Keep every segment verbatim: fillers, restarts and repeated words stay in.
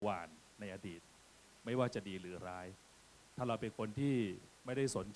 หวานในอดีตไม่ว่าจะดีหรือร้ายถ้าเราเป็นคนที่ไม่ได้สนใจ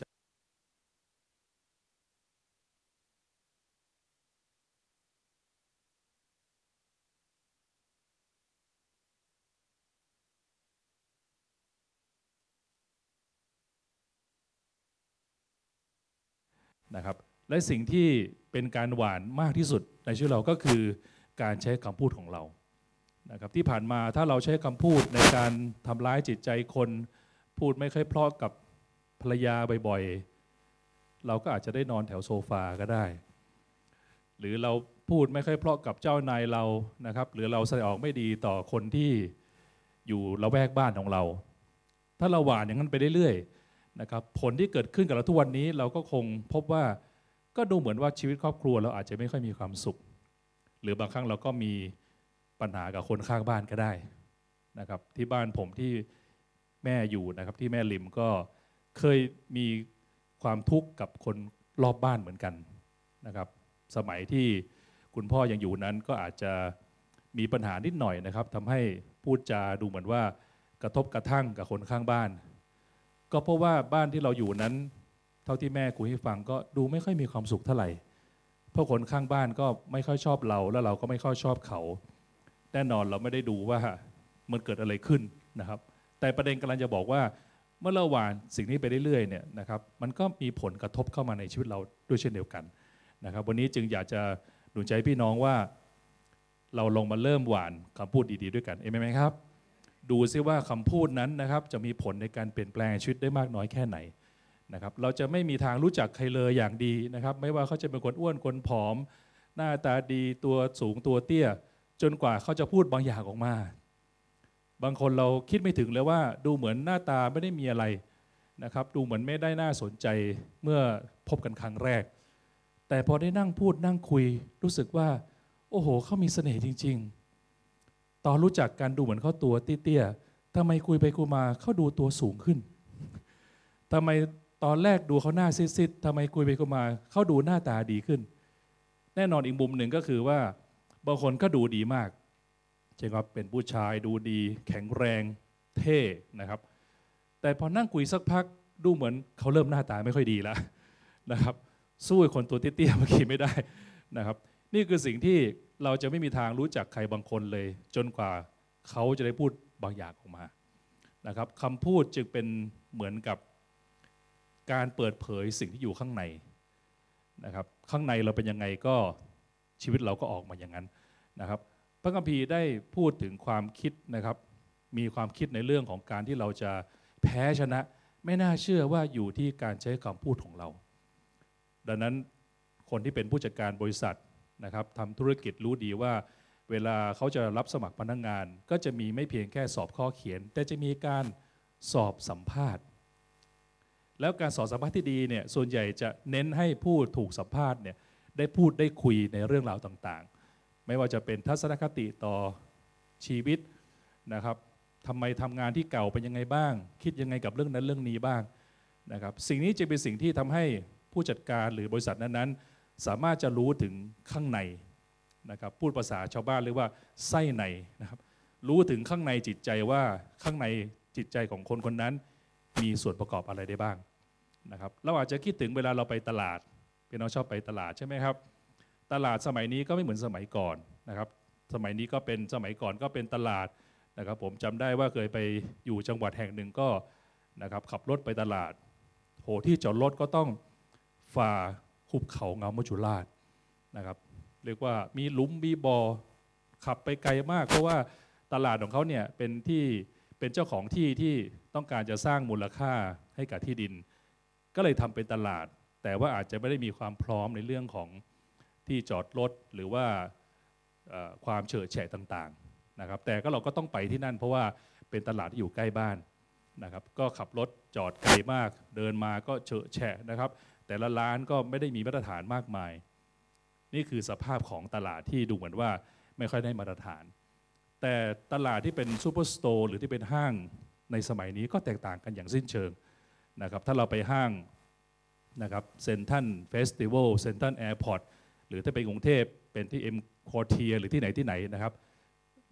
นะครับและสิ่งที่เป็นการหวานมากที่สุดในชีวิตเราก็คือการใช้คำพูดของเรานะครับที่ผ่านมาถ้าเราใช้คำพูดในการทำร้ายจิตใจคนพูดไม่ค่อยเพราะกับภรรยาบ่อยๆเราก็อาจจะได้นอนแถวโซฟาก็ได้หรือเราพูดไม่ค่อยเพราะกับเจ้านายเรานะครับหรือเราแสดงออกไม่ดีต่อคนที่อยู่ละแวกบ้านของเราถ้าเราหวานอย่างนั้นไปเรื่อยๆนะครับผลที่เกิดขึ้นกับเราทุกวันนี้เราก็คงพบว่าก็ดูเหมือนว่าชีวิตครอบครัวเราอาจจะไม่ค่อยมีความสุขหรือบางครั้งเราก็มีปัญหากับคนข้างบ้านก็ได้นะครับที่บ้านผมที่แม่อยู่นะครับที่แม่ริมก็เคยมีความทุกข์กับคนรอบบ้านเหมือนกันนะครับสมัยที่คุณพ่อยังอยู่นั้นก็อาจจะมีปัญหานิดหน่อยนะครับทำให้พูดจาดูเหมือนว่ากระทบกระทั่งกับคนข้างบ้านก็เพราะว่าบ้านที่เราอยู่นั้นเท่าที่แม่คุยให้ฟังก็ดูไม่ค่อยมีความสุขเท่าไหร่เพราะคนข้างบ้านก็ไม่ค่อยชอบเราแล้วเราก็ไม่ค่อยชอบเขาแน่นอนเราไม่ได้ดูว่ามันเกิดอะไรขึ้นนะครับแต่ประเด็นกำลังจะบอกว่าเมื่อเราหวานสิ่งนี้ไปเรื่อยๆเนี่ยนะครับมันก็มีผลกระทบเข้ามาในชีวิตเราด้วยเช่นเดียวกันนะครับวันนี้จึงอยากจะหนุนใจพี่น้องว่าเราลงมาเริ่มหวานคำพูดดีๆด้วยกันเอเมนไหมครับดูซิว่าคำพูดนั้นนะครับจะมีผลในการเปลี่ยนแปลงชีวิตได้มากน้อยแค่ไหนนะครับเราจะไม่มีทางรู้จักใครเลยอย่างดีนะครับไม่ว่าเขาจะเป็นคนอ้วนคนผอมหน้าตาดีตัวสูงตัวเตี้ยจนกว่าเขาจะพูดบางอย่างออกมาบางคนเราคิดไม่ถึงเลยว่าดูเหมือนหน้าตาไม่ได้มีอะไรนะครับดูเหมือนไม่ได้น่าสนใจเมื่อพบกันครั้งแรกแต่พอได้นั่งพูดนั่งคุยรู้สึกว่าโอ้โหเขามีเสน่ห์จริงๆตอนรู้จักกันดูเหมือนเขาตัวเตี้ยๆทำไมคุยไปคุยมาเขาดูตัวสูงขึ้นทำไมตอนแรกดูเขาหน้าซิดๆทำไมคุยไปคุยมาเขาดูหน้าตาดีขึ้นแน่นอนอีกมุมหนึ่งก็คือว่าบางคนก็ดูดีมากใช่ครับเป็นผู้ชายดูดีแข็งแรงเท่นะครับแต่พอนั่งคุยสักพักดูเหมือนเขาเริ่มหน้าตาไม่ค่อยดีแล้วนะครับสู้คนตัวเตี้ยๆเมื่อกี้ไม่ได้นะครับนี่คือสิ่งที่เราจะไม่มีทางรู้จักใครบางคนเลยจนกว่าเขาจะได้พูดบางอย่างออกมานะครับคำพูดจึงเป็นเหมือนกับการเปิดเผยสิ่งที่อยู่ข้างในนะครับข้างในเราเป็นยังไงก็ชีวิตเราก็ออกมาอย่างนั้นนะครับพระคัมภีร์ได้พูดถึงความคิดนะครับมีความคิดในเรื่องของการที่เราจะแพ้ชนะไม่น่าเชื่อว่าอยู่ที่การใช้คำพูดของเราดังนั้นคนที่เป็นผู้จัดการบริษัทนะครับทำธุรกิจรู้ดีว่าเวลาเขาจะรับสมัครพนักงานก็จะมีไม่เพียงแค่สอบข้อเขียนแต่จะมีการสอบสัมภาษณ์แล้วการสอบสัมภาษณ์ที่ดีเนี่ยส่วนใหญ่จะเน้นให้ผู้ถูกสัมภาษณ์เนี่ยได้พูดได้คุยในเรื่องราวต่างๆไม่ว่าจะเป็นทัศนคติต่อชีวิตนะครับทำไมทำงานที่เก่าเป็นยังไงบ้างคิดยังไงกับเรื่องนั้นเรื่องนี้บ้างนะครับสิ่งนี้จะเป็นสิ่งที่ทำให้ผู้จัดการหรือบริษัทนั้นๆสามารถจะรู้ถึงข้างในนะครับพูดภาษาชาวบ้านเรียกว่าไส้ในนะครับรู้ถึงข้างในจิตใจว่าข้างในจิตใจของคนคนนั้นมีส่วนประกอบอะไรได้บ้างนะครับเราอาจจะคิดถึงเวลาเราไปตลาดพี่น้องชอบไปตลาดใช่ไหมครับตลาดสมัยนี้ก็ไม่เหมือนสมัยก่อนนะครับสมัยนี้ก็เป็นสมัยก่อนก็เป็นตลาดนะครับผมจำได้ว่าเคยไปอยู่จังหวัดแห่งหนึ่งก็นะครับขับรถไปตลาดโหที่จอดรถก็ต้องฝ่าหุบเขาเงามัจจุราชนะครับเรียกว่ามีหลุมมีบ่อขับไปไกลมากเพราะว่าตลาดของเขาเนี่ยเป็นที่เป็นเจ้าของที่ที่ต้องการจะสร้างมูลค่าให้กับที่ดินก็เลยทำเป็นตลาดแต่ว่าอาจจะไม่ได้มีความพร้อมในเรื่องของที่จอดรถหรือว่าความเฉอะแฉะต่างๆนะครับแต่ก็เราก็ต้องไปที่นั่นเพราะว่าเป็นตลาดที่อยู่ใกล้บ้านนะครับก็ขับรถจอดไกลมากเดินมาก็เฉอะแฉะนะครับแต่ละร้านก็ไม่ได้มีมาตรฐานมากมายนี่คือสภาพของตลาดที่ดูเหมือนว่าไม่ค่อยได้มาตรฐานแต่ตลาดที่เป็นซูเปอร์สโตร์หรือที่เป็นห้างในสมัยนี้ก็แตกต่างกันอย่างสิ้นเชิงนะครับถ้าเราไปห้างนะครับเซ็นทรัลเฟสติวัลเซ็นทรัลแอร์พอร์ตหรือถ้าไปกรุงเทพเป็นที่เอ็มคอร์เทียหรือที่ไหนที่ไหนนะครับ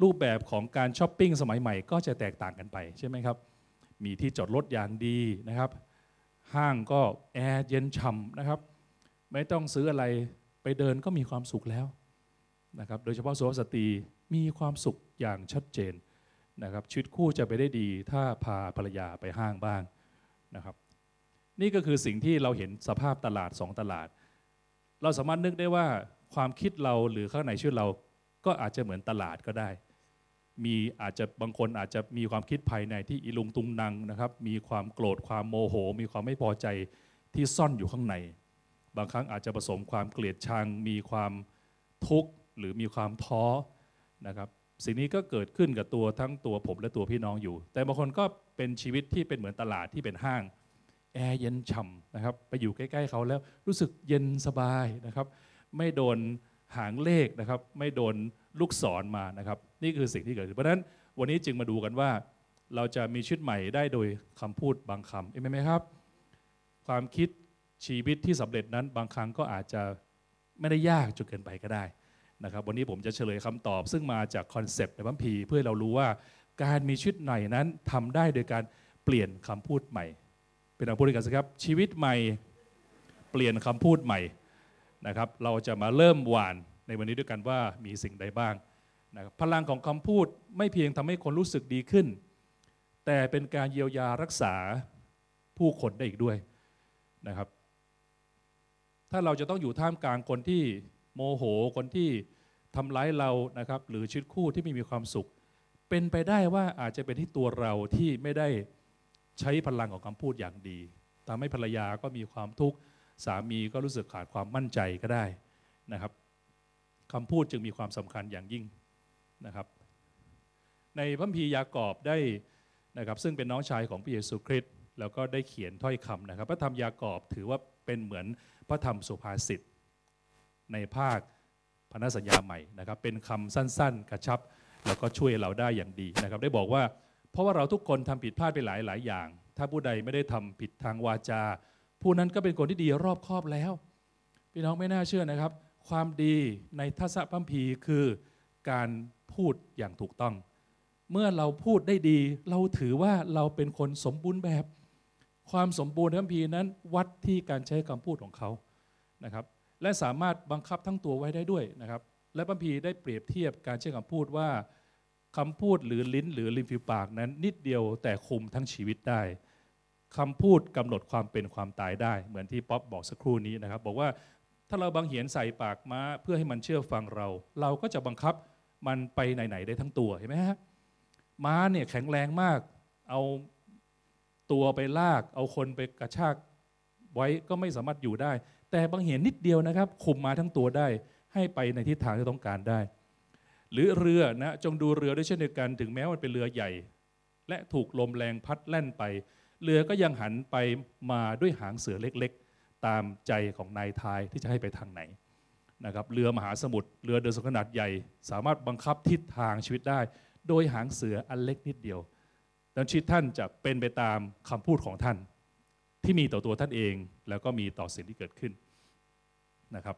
รูปแบบของการช้อปปิ้งสมัยใหม่ก็จะแตกต่างกันไปใช่ไหมครับมีที่จอดรถอย่างดีนะครับห้างก็แอร์เย็นฉ่ำนะครับไม่ต้องซื้ออะไรไปเดินก็มีความสุขแล้วนะครับโดยเฉพาะสุภาพสตรีมีความสุขอย่างชัดเจนนะครับชีวิตคู่จะไปได้ดีถ้าพาภรรยาไปห้างบ้างนะครับนี่ก็คือสิ่งที่เราเห็นสภาพตลาดสองตลาดเราสามารถนึกได้ว่าความคิดเราหรือข้างในชีวิตเราก็อาจจะเหมือนตลาดก็ได้มีอาจจะบางคนอาจจะมีความคิดภายในที่อิลุงตุงนังนะครับมีความโกรธความโมโหมีความไม่พอใจที่ซ่อนอยู่ข้างในบางครั้งอาจจะผสมความเกลียดชังมีความทุกข์หรือมีความท้อนะครับสิ่งนี้ก็เกิดขึ้นกับตัวทั้งตัวผมและตัวพี่น้องอยู่แต่บางคนก็เป็นชีวิตที่เป็นเหมือนตลาดที่เป็นห้างแอร์เย็นฉ่ำนะครับไปอยู่ใกล้ๆเขาแล้วรู้สึกเย็นสบายนะครับไม่โดนหางเลขนะครับไม่โดนลูกศรมานะครับนี่คือสิ่งที่เกิดขึ้นเพราะฉะนั้นวันนี้จึงมาดูกันว่าเราจะมีชีวิตใหม่ได้โดยคำพูดบางคำเห็นไหมครับความคิดชีวิตที่สำเร็จนั้นบางครั้งก็อาจจะไม่ได้ยากจนเกินไปก็ได้นะครับวันนี้ผมจะเฉลยคำตอบซึ่งมาจากคอนเซปต์ในพระคัมภีร์เพื่อให้เรารู้ว่าการมีชีวิตใหม่นั้นทำได้โดยการเปลี่ยนคำพูดใหม่เป็นคำพูดด้วยกันสิครับชีวิตใหม่เปลี่ยนคำพูดใหม่นะครับเราจะมาเริ่มหว่านในวันนี้ด้วยกันว่ามีสิ่งใดบ้างนะครับพลังของคำพูดไม่เพียงทำให้คนรู้สึกดีขึ้นแต่เป็นการเยียวยารักษาผู้คนได้อีกด้วยนะครับถ้าเราจะต้องอยู่ท่ามกลางคนที่โมโหคนที่ทำร้ายเรานะครับหรือชีวิตคู่ที่ไม่มีความสุขเป็นไปได้ว่าอาจจะเป็นที่ตัวเราที่ไม่ได้ใช้พลังของคำพูดอย่างดีทำให้ภรรยาก็มีความทุกข์สามีก็รู้สึกขาดความมั่นใจก็ได้นะครับคำพูดจึงมีความสำคัญอย่างยิ่งนะครับในพระคัมภีร์ยากอบได้นะครับซึ่งเป็นน้องชายของพระเยซูคริสต์แล้วก็ได้เขียนถ้อยคำนะครับพระธรรมยากอบถือว่าเป็นเหมือนพระธรรมสุภาษิตในภาคพันธสัญญาใหม่นะครับเป็นคำสั้นๆกระชับแล้วก็ช่วยเราได้อย่างดีนะครับได้บอกว่าเพราะว่าเราทุกคนทำผิดพลาดไปหลายหลายอย่างถ้าผู้ใดไม่ได้ทำผิดทางวาจาผู้นั้นก็เป็นคนที่ดีรอบคอบแล้วพี่น้องไม่น่าเชื่อนะครับความดีในทัศนพระคัมภีร์คือการพูดอย่างถูกต้องเมื่อเราพูดได้ดีเราถือว่าเราเป็นคนสมบูรณ์แบบความสมบูรณ์ในพระคัมภีร์นั้นวัดที่การใช้คำพูดของเขานะครับและสามารถบังคับทั้งตัวไว้ได้ด้วยนะครับและพระคัมภีร์ได้เปรียบเทียบการใช้คำพูดว่าคำพูดหรือลิ้นหรือริมฝีปากนั้นนิดเดียวแต่คุมทั้งชีวิตได้คำพูดกำหนดความเป็นความตายได้เหมือนที่ป๊อปบอกสักครู่นี้นะครับบอกว่าถ้าเราบังเหียนใส่ปากม้าเพื่อให้มันเชื่อฟังเราเราก็จะบังคับมันไปไหนๆได้ทั้งตัวเห็นไหมฮะม้าเนี่ยแข็งแรงมากเอาตัวไปลากเอาคนไปกระชากไว้ก็ไม่สามารถอยู่ได้แต่บังเหียนนิดเดียวนะครับคุมม้าทั้งตัวได้ให้ไปในทิศทางที่ต้องการได้หรือเรือนะจงดูเรือด้วยเช่นเดียวกันถึงแม้มันเป็นเรือใหญ่และถูกลมแรงพัดแล่นไปเรือก็ยังหันไปมาด้วยหางเสือเล็กๆตามใจของนายทายที่จะให้ไปทางไหนนะครับเรือมหาสมุทรเรือเดินสนขนาดใหญ่สามารถบังคับทิศทางชีวิตได้โดยหางเสืออันเล็กนิดเดียวดังนั้นชีวิตท่านจะเป็นไปตามคำพูดของท่านที่มีต่อตัวท่านเองแล้วก็มีต่อสิ่งที่เกิดขึ้นนะครับ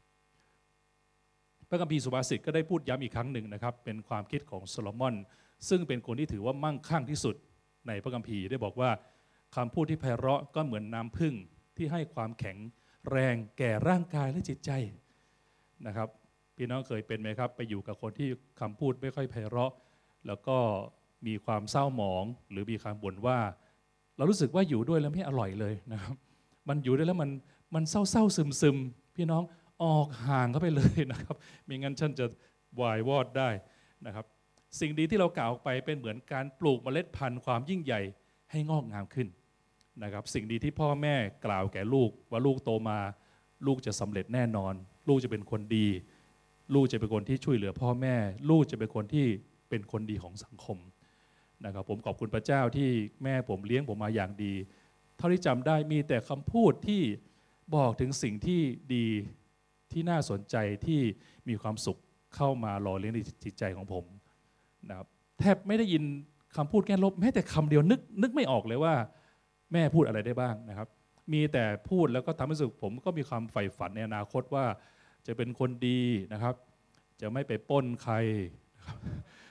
พระคัมภีร์สุภาษิตก็ได้พูดย้ำอีกครั้งหนึ่งนะครับเป็นความคิดของโซโลมอนซึ่งเป็นคนที่ถือว่ามั่งคั่งที่สุดในพระคัมภีร์ได้บอกว่าคำพูดที่ไพเราะก็เหมือนน้ำผึ้งที่ให้ความแข็งแรงแก่ร่างกายและจิตใจนะครับพี่น้องเคยเป็นไหมครับไปอยู่กับคนที่คำพูดไม่ค่อยไพเราะแล้วก็มีความเศร้าหมองหรือมีคำบ่นว่าเรารู้สึกว่าอยู่ด้วยแล้วไม่อร่อยเลยนะครับมันอยู่ด้วยแล้วมันมันเศร้าๆซึมๆพี่น้องออกห่างเข้าไปเลยนะครับไม่งั้นฉันจะวายวอดได้นะครับสิ่งดีที่เรากล่าวออกไปเป็นเหมือนการปลูกเมล็ดพันธุ์ความยิ่งใหญ่ให้งอกงามขึ้นนะครับสิ่งดีที่พ่อแม่กล่าวแก่ลูกว่าลูกโตมาลูกจะสำเร็จแน่นอนลูกจะเป็นคนดีลูกจะเป็นคนที่ช่วยเหลือพ่อแม่ลูกจะเป็นคนที่เป็นคนดีของสังคมนะครับผมขอบคุณพระเจ้าที่แม่ผมเลี้ยงผมมาอย่างดีเท่าที่จำได้มีแต่คำพูดที่บอกถึงสิ่งที่ดีที่น่าสนใจที่มีความสุขเข้ามาหล่อเลี้ยงในจิตใจของผมนะครับแทบไม่ได้ยินคำพูดแง่ลบแม้แต่คำเดียวนึกนึกไม่ออกเลยว่าแม่พูดอะไรได้บ้างนะครับมีแต่พูดแล้วก็ทำให้รู้สึกผมก็มีความใฝ่ฝันในอนาคตว่าจะเป็นคนดีนะครับจะไม่ไปปล้นใครนะครับ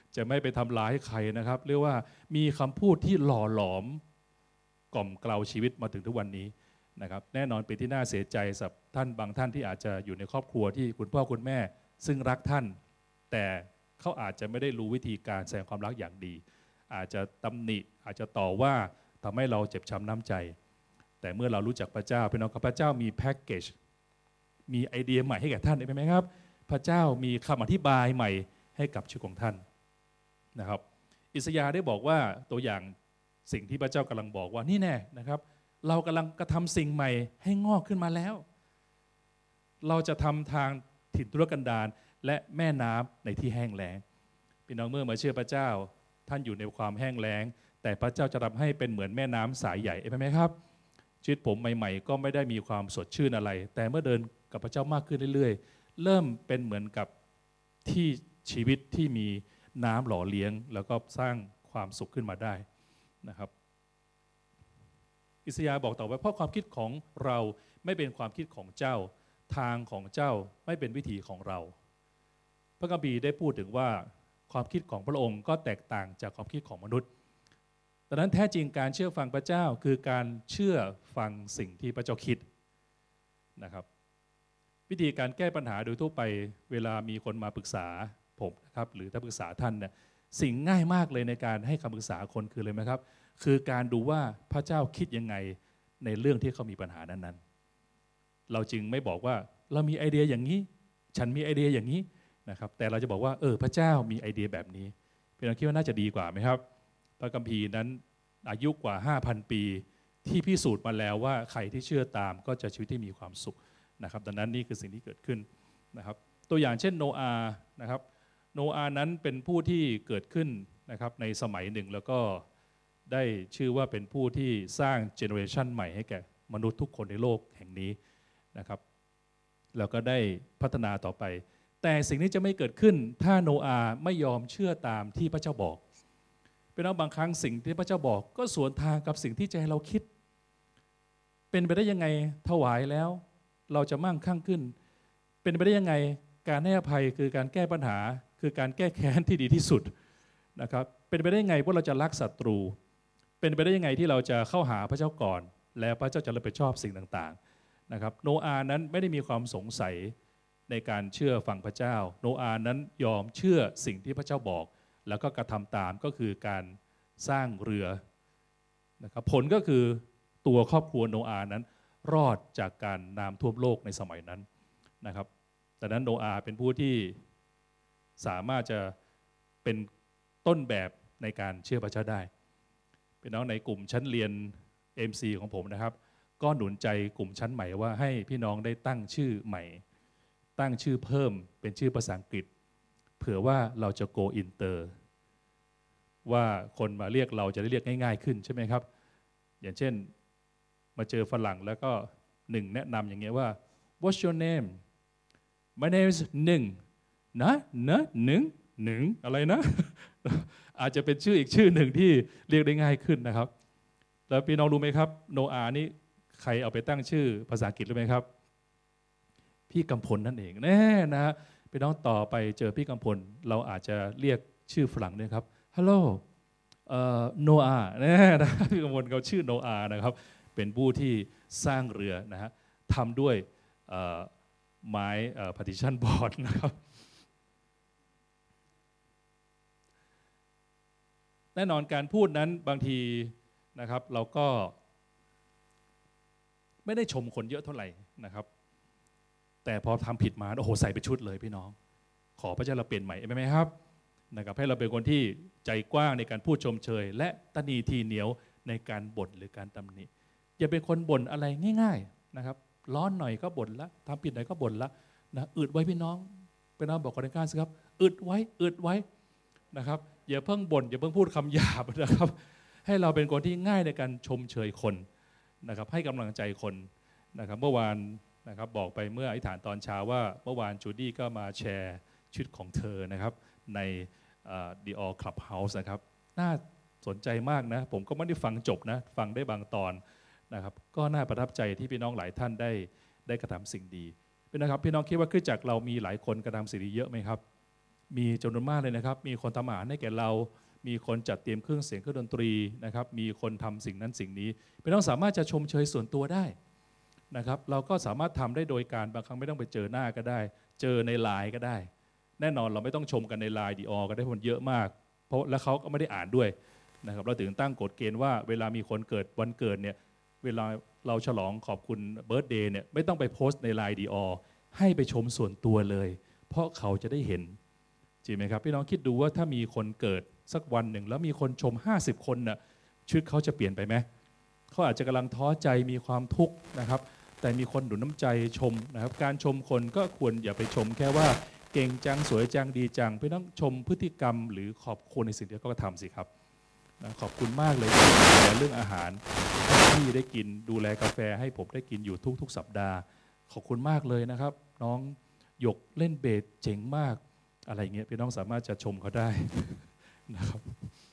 จะไม่ไปทำร้ายใครนะครับเรียกว่ามีคำพูดที่หล่อหลอมกล่อมเกลาชีวิตมาถึงทุกวันนี้นะครับแน่นอนเป็นที่น่าเสียใจสำหรับท่านบางท่านที่อาจจะอยู่ในครอบครัวที่คุณพ่อคุณแม่ซึ่งรักท่านแต่เขาอาจจะไม่ได้รู้วิธีการแสดงความรักอย่างดีอาจจะตำหนิอาจจะต่อว่าทำให้เราเจ็บช้ำน้ำใจแต่เมื่อเรารู้จักพระเจ้าพี่น้องครับพระเจ้ามีแพ็กเกจมีไอเดียใหม่ให้แก่ท่านได้ไหมครับพระเจ้ามีคำอธิบายใหม่ให้กับชีวิตของท่านนะครับอิสยาห์ได้บอกว่าตัวอย่างสิ่งที่พระเจ้ากำลังบอกว่านี่แน่นะครับเรากำลังกระทำสิ่งใหม่ให้งอกขึ้นมาแล้วเราจะทำทางถิ่นทุรกันดารและแม่น้ำในที่แห้งแล้งพี่น้องเมื่อมาเชื่อพระเจ้าท่านอยู่ในความแห้งแล้งแต่พระเจ้าจะทำให้เป็นเหมือนแม่น้ำสายใหญ่ใช่ไหมครับชีวิตผมใหม่ๆก็ไม่ได้มีความสดชื่นอะไรแต่เมื่อเดินกับพระเจ้ามากขึ้นเรื่อยๆเริ่มเป็นเหมือนกับที่ชีวิตที่มีน้ำหล่อเลี้ยงแล้วก็สร้างความสุขขึ้นมาได้นะครับอิสยาห์บอกต่อว่าเพราะความคิดของเราไม่เป็นความคิดของเจ้าทางของเจ้าไม่เป็นวิถีของเราพระคัมภีร์ได้พูดถึงว่าความคิดของพระองค์ก็แตกต่างจากความคิดของมนุษย์ดังนั้นแท้จริงการเชื่อฟังพระเจ้าคือการเชื่อฟังสิ่งที่พระเจ้าคิดนะครับวิธีการแก้ปัญหาโดยทั่วไปเวลามีคนมาปรึกษาผมนะครับหรือถ้าปรึกษาท่านเนี่ยสิ่งง่ายมากเลยในการให้คำปรึกษาคนคือเลยไหมครับคือการดูว่าพระเจ้าคิดยังไงในเรื่องที่เขามีปัญหานั้นๆเราจึงไม่บอกว่าเรามีไอเดียอย่างนี้ฉันมีไอเดียอย่างนี้นะครับแต่เราจะบอกว่าเออพระเจ้ามีไอเดียแบบนี้พี่น้องคิดว่าน่าจะดีกว่าไหมครับพระคัมภีร์นั้นอายุกว่า ห้าพัน ปีที่พิสูจน์มาแล้วว่าใครที่เชื่อตามก็จะชีวิตที่มีความสุขนะครับดังนั้นนี่คือสิ่งที่เกิดขึ้นนะครับตัวอย่างเช่นโนอาห์นะครับโนอาห์นั้นเป็นผู้ที่เกิดขึ้นนะครับในสมัยหนึ่งแล้วก็ได้ชื่อว่าเป็นผู้ที่สร้างเจเนอเรชันใหม่ให้แก่มนุษย์ทุกคนในโลกแห่งนี้นะครับแล้วก็ได้พัฒนาต่อไปแต่สิ่งนี้จะไม่เกิดขึ้นถ้าโนอาห์ไม่ยอมเชื่อตามที่พระเจ้าบอกเป็นเอาบางครั้งสิ่งที่พระเจ้าบอกก็สวนทางกับสิ่งที่ใจเราคิดเป็นไปได้ยังไงถวายแล้วเราจะมั่งคั่งขึ้นเป็นไปได้ยังไงการให้อภัยคือการแก้ปัญหาคือการแก้แค้นที่ดีที่สุดนะครับเป็นไปได้ยังไงว่าเราจะรักศัตรูเป็นไปได้ยังไงที่เราจะเข้าหาพระเจ้าก่อนแล้วพระเจ้าจะรับผิดชอบสิ่งต่างๆนะครับโนอาห์นั้นไม่ได้มีความสงสัยในการเชื่อฟังพระเจ้าโนอาห์นั้นยอมเชื่อสิ่งที่พระเจ้าบอกแล้วก็กระทำตามก็คือการสร้างเรือนะครับผลก็คือตัวครอบครัวโนอาห์นั้นรอดจากการน้ำท่วมโลกในสมัยนั้นนะครับดังนั้นโนอาห์เป็นผู้ที่สามารถจะเป็นต้นแบบในการเชื่อพระเจ้าได้เป็นน้องในกลุ่มชั้นเรียน เอ็ม ซี ของผมนะครับก็หนุนใจกลุ่มชั้นใหม่ว่าให้พี่น้องได้ตั้งชื่อใหม่ตั้งชื่อเพิ่มเป็นชื่อภาษาอังกฤษเผื่อว่าเราจะ go inter ว่าคนมาเรียกเราจะได้เรียกง่ายๆขึ้นใช่ไหมครับอย่างเช่นมาเจอฝรั่งแล้วก็หนึ่งแนะนำอย่างเงี้ยว่า what's your name my name is หนึ่งนะนะหนึ่งหนึ่งอะไรนะ อาจจะเป็นชื่ออีกชื่อหนึ่งที่เรียกได้ง่ายขึ้นนะครับแล้วพี่น้องรู้ไหมครับโนอาห์นี่ใครเอาไปตั้งชื่อภาษาอังกฤษรู้ไหมครับพี่กำพลนั่นเองแน่นะฮะพี่น้องต่อไปเจอพี่กำพลเราอาจจะเรียกชื่อฝรั่งด้วยครับฮัลโหลโนอาห์แน่นะพี่กำพลเขาชื่อโนอาห์นะครับเป็นผู้ที่สร้างเรือนะฮะทำด้วยไม้พาร์ติชันบอร์ดนะครับแน่นอนการพูดนั้นบางทีนะครับเราก็ไม่ได้ชมคนเยอะเท่าไหร่นะครับแต่พอทำผิดมาโอ้โหใส่ไปชุดเลยพี่น้องขอพระเจ้าเราเปลี่ยนใหม่ไหมครับนะครับให้เราเป็นคนที่ใจกว้างในการพูดชมเชยและตนีทีเหนียวในการบ่นหรือการตำหนิอย่าเป็นคนบ่นอะไรง่ายๆนะครับร้อนหน่อยก็บ่นละทำผิดหน่อยก็บ่นละนะอึดไว้พี่น้องพี่น้องบอกคนในการสิครับอึดไว้อึดไว้นะครับอย่าเพิ่งบ่นอย่าเพิ่งพูดคำหยาบนะครับให้เราเป็นคนที่ง่ายในการชมเชยคนนะครับให้กำลังใจคนนะครับเมื่อวานนะครับบอกไปเมื่ออธิษฐานตอนเช้าว่าเมื่อวานจูดี้ก็มาแชร์ชีวิตของเธอนะครับใน The All Clubhouse นะครับน่าสนใจมากนะผมก็ไม่ได้ฟังจบนะฟังได้บางตอนนะครับก็น่าประทับใจที่พี่น้องหลายท่านได้ได้กระทำสิ่งดีพี่นะครับพี่น้องคิดว่าคริสตจักรเรามีหลายคนกระทำสิ่งดีเยอะไหมครับมีจำนวนมากเลยนะครับมีคนทำอาหารให้แก่เรามีคนจัดเตรียมเครื่องเสียงเครื่องดนตรีนะครับมีคนทำสิ่งนั้นสิ่งนี้พี่น้องสามารถจะชมเชยส่วนตัวได้นะครับเราก็สามารถทำได้โดยการบางครั้งไม่ต้องไปเจอหน้าก็ได้เจอในไลน์ก็ได้แน่นอนเราไม่ต้องชมกันในไลน์ดีออก็ได้คนเยอะมากเพราะแล้วเขาก็ไม่ได้อ่านด้วยนะครับเราถึงตั้งกฎเกณฑ์ว่าเวลามีคนเกิดวันเกิดเนี่ยเวลาเราฉลองขอบคุณเบิร์ธเดย์เนี่ยไม่ต้องไปโพสต์ในไลน์ดีออให้ไปชมส่วนตัวเลยเพราะเขาจะได้เห็นจริงไหมครับพี่น้องคิดดูว่าถ้ามีคนเกิดสักวันหนึ่งแล้วมีคนชมห้าสิบคนน่ะชีวิตเขาจะเปลี่ยนไปไหมเขาอาจจะกำลังท้อใจมีความทุกข์นะครับแต่มีคนหนุนน้ำใจชมนะครับการชมคนก็ควรอย่าไปชมแค่ว่าเก่งจังสวยจังดีจังพี่น้องชมพฤติกรรมหรือขอบคุณในสิ่งที่เขาทำสิครับนะขอบคุณมากเลยที่ดูแลเรื่องอาหารให้พี่ได้กินดูแลกาแฟให้ผมได้กินอยู่ทุกๆสัปดาห์ขอบคุณมากเลยนะครับน้องหยกเล่นเบสเจ๋งมากอะไรเงี้ยพี่น้องสามารถจะชมเขาได้นะครับ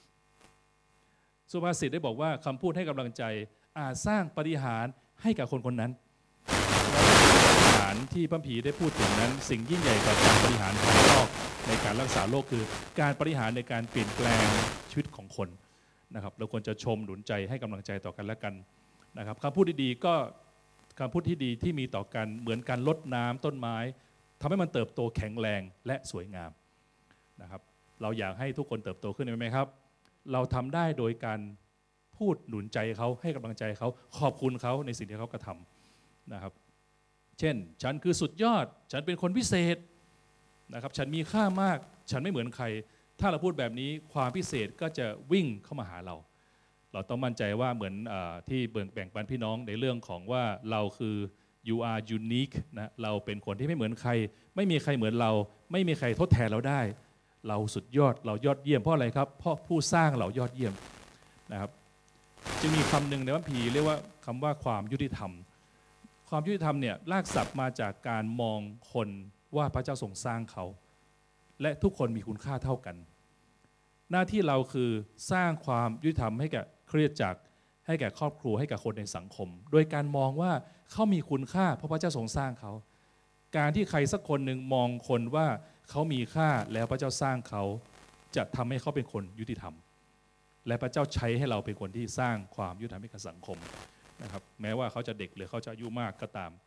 สุภาษิตได้บอกว่าคำพูดให้กำลังใจอาจสร้างปาฏิหาริย์ให้กับคนคนนั้นปาฏิหาริย์ที่พระผีได้พูดถึงนั้นสิ่งยิ่งใหญ่กว่าการปาฏิหาริย์ภายนอกในการรักษาโรคคือการปาฏิหาริย์ในการเปลี่ยนแปลงชีวิตของคนนะครับเราควรจะชมหนุนใจให้กำลังใจต่อกันและกันนะครับคำพูดดีๆก็คำพูดที่ดีที่มีต่อกันเหมือนการรดน้ำต้นไม้ทำให้มันเติบโตแข็งแรงและสวยงามนะครับเราอยากให้ทุกคนเติบโตขึ้นไหมครับเราทำได้โดยการพูดหนุนใจเขาให้กำลังใจเขาขอบคุณเขาในสิ่งที่เขากระทำนะครับเช่นฉันคือสุดยอดฉันเป็นคนพิเศษนะครับฉันมีค่ามากฉันไม่เหมือนใครถ้าเราพูดแบบนี้ความพิเศษก็จะวิ่งเข้ามาหาเราเราต้องมั่นใจว่าเหมือนที่แบ่งปันพี่น้องในเรื่องของว่าเราคือ you are unique นะเราเป็นคนที่ไม่เหมือนใครไม่มีใครเหมือนเราไม่มีใครทดแทนเราได้เราสุดยอดเรายอดเยี่ยมเพราะอะไรครับเพราะผู้สร้างเรายอดเยี่ยมนะครับจึงมีคำหนึ่งในพระคัมภีร์เรียกว่าคำว่าความยุติธรรมความยุติธรรมเนี่ยรากศัพท์มาจากการมองคนว่าพระเจ้าทรงสร้างเขาและทุกคนมีคุณค่าเท่ากันหน้าที่เราคือสร้างความยุติธรรมให้แก่คริสตจักรให้แก่ครอบครัวให้แก่คนในสังคมโดยการมองว่าเขามีคุณค่าเพราะพระเจ้าทรงสร้างเขาการที่ใครสักคนหนึ่งมองคนว่าเขามีค่าแล้วพระเจ้าสร้างเขาจะทำให้เขาเป็นคนยุติธรรมและพระเจ้าใช้ให้เราเป็นคนที่สร้างความยุติธรรมให้กับสังคมนะครับแม้ว่าเขาจะเด็กหรือเขาจะอายุมากก็ตาม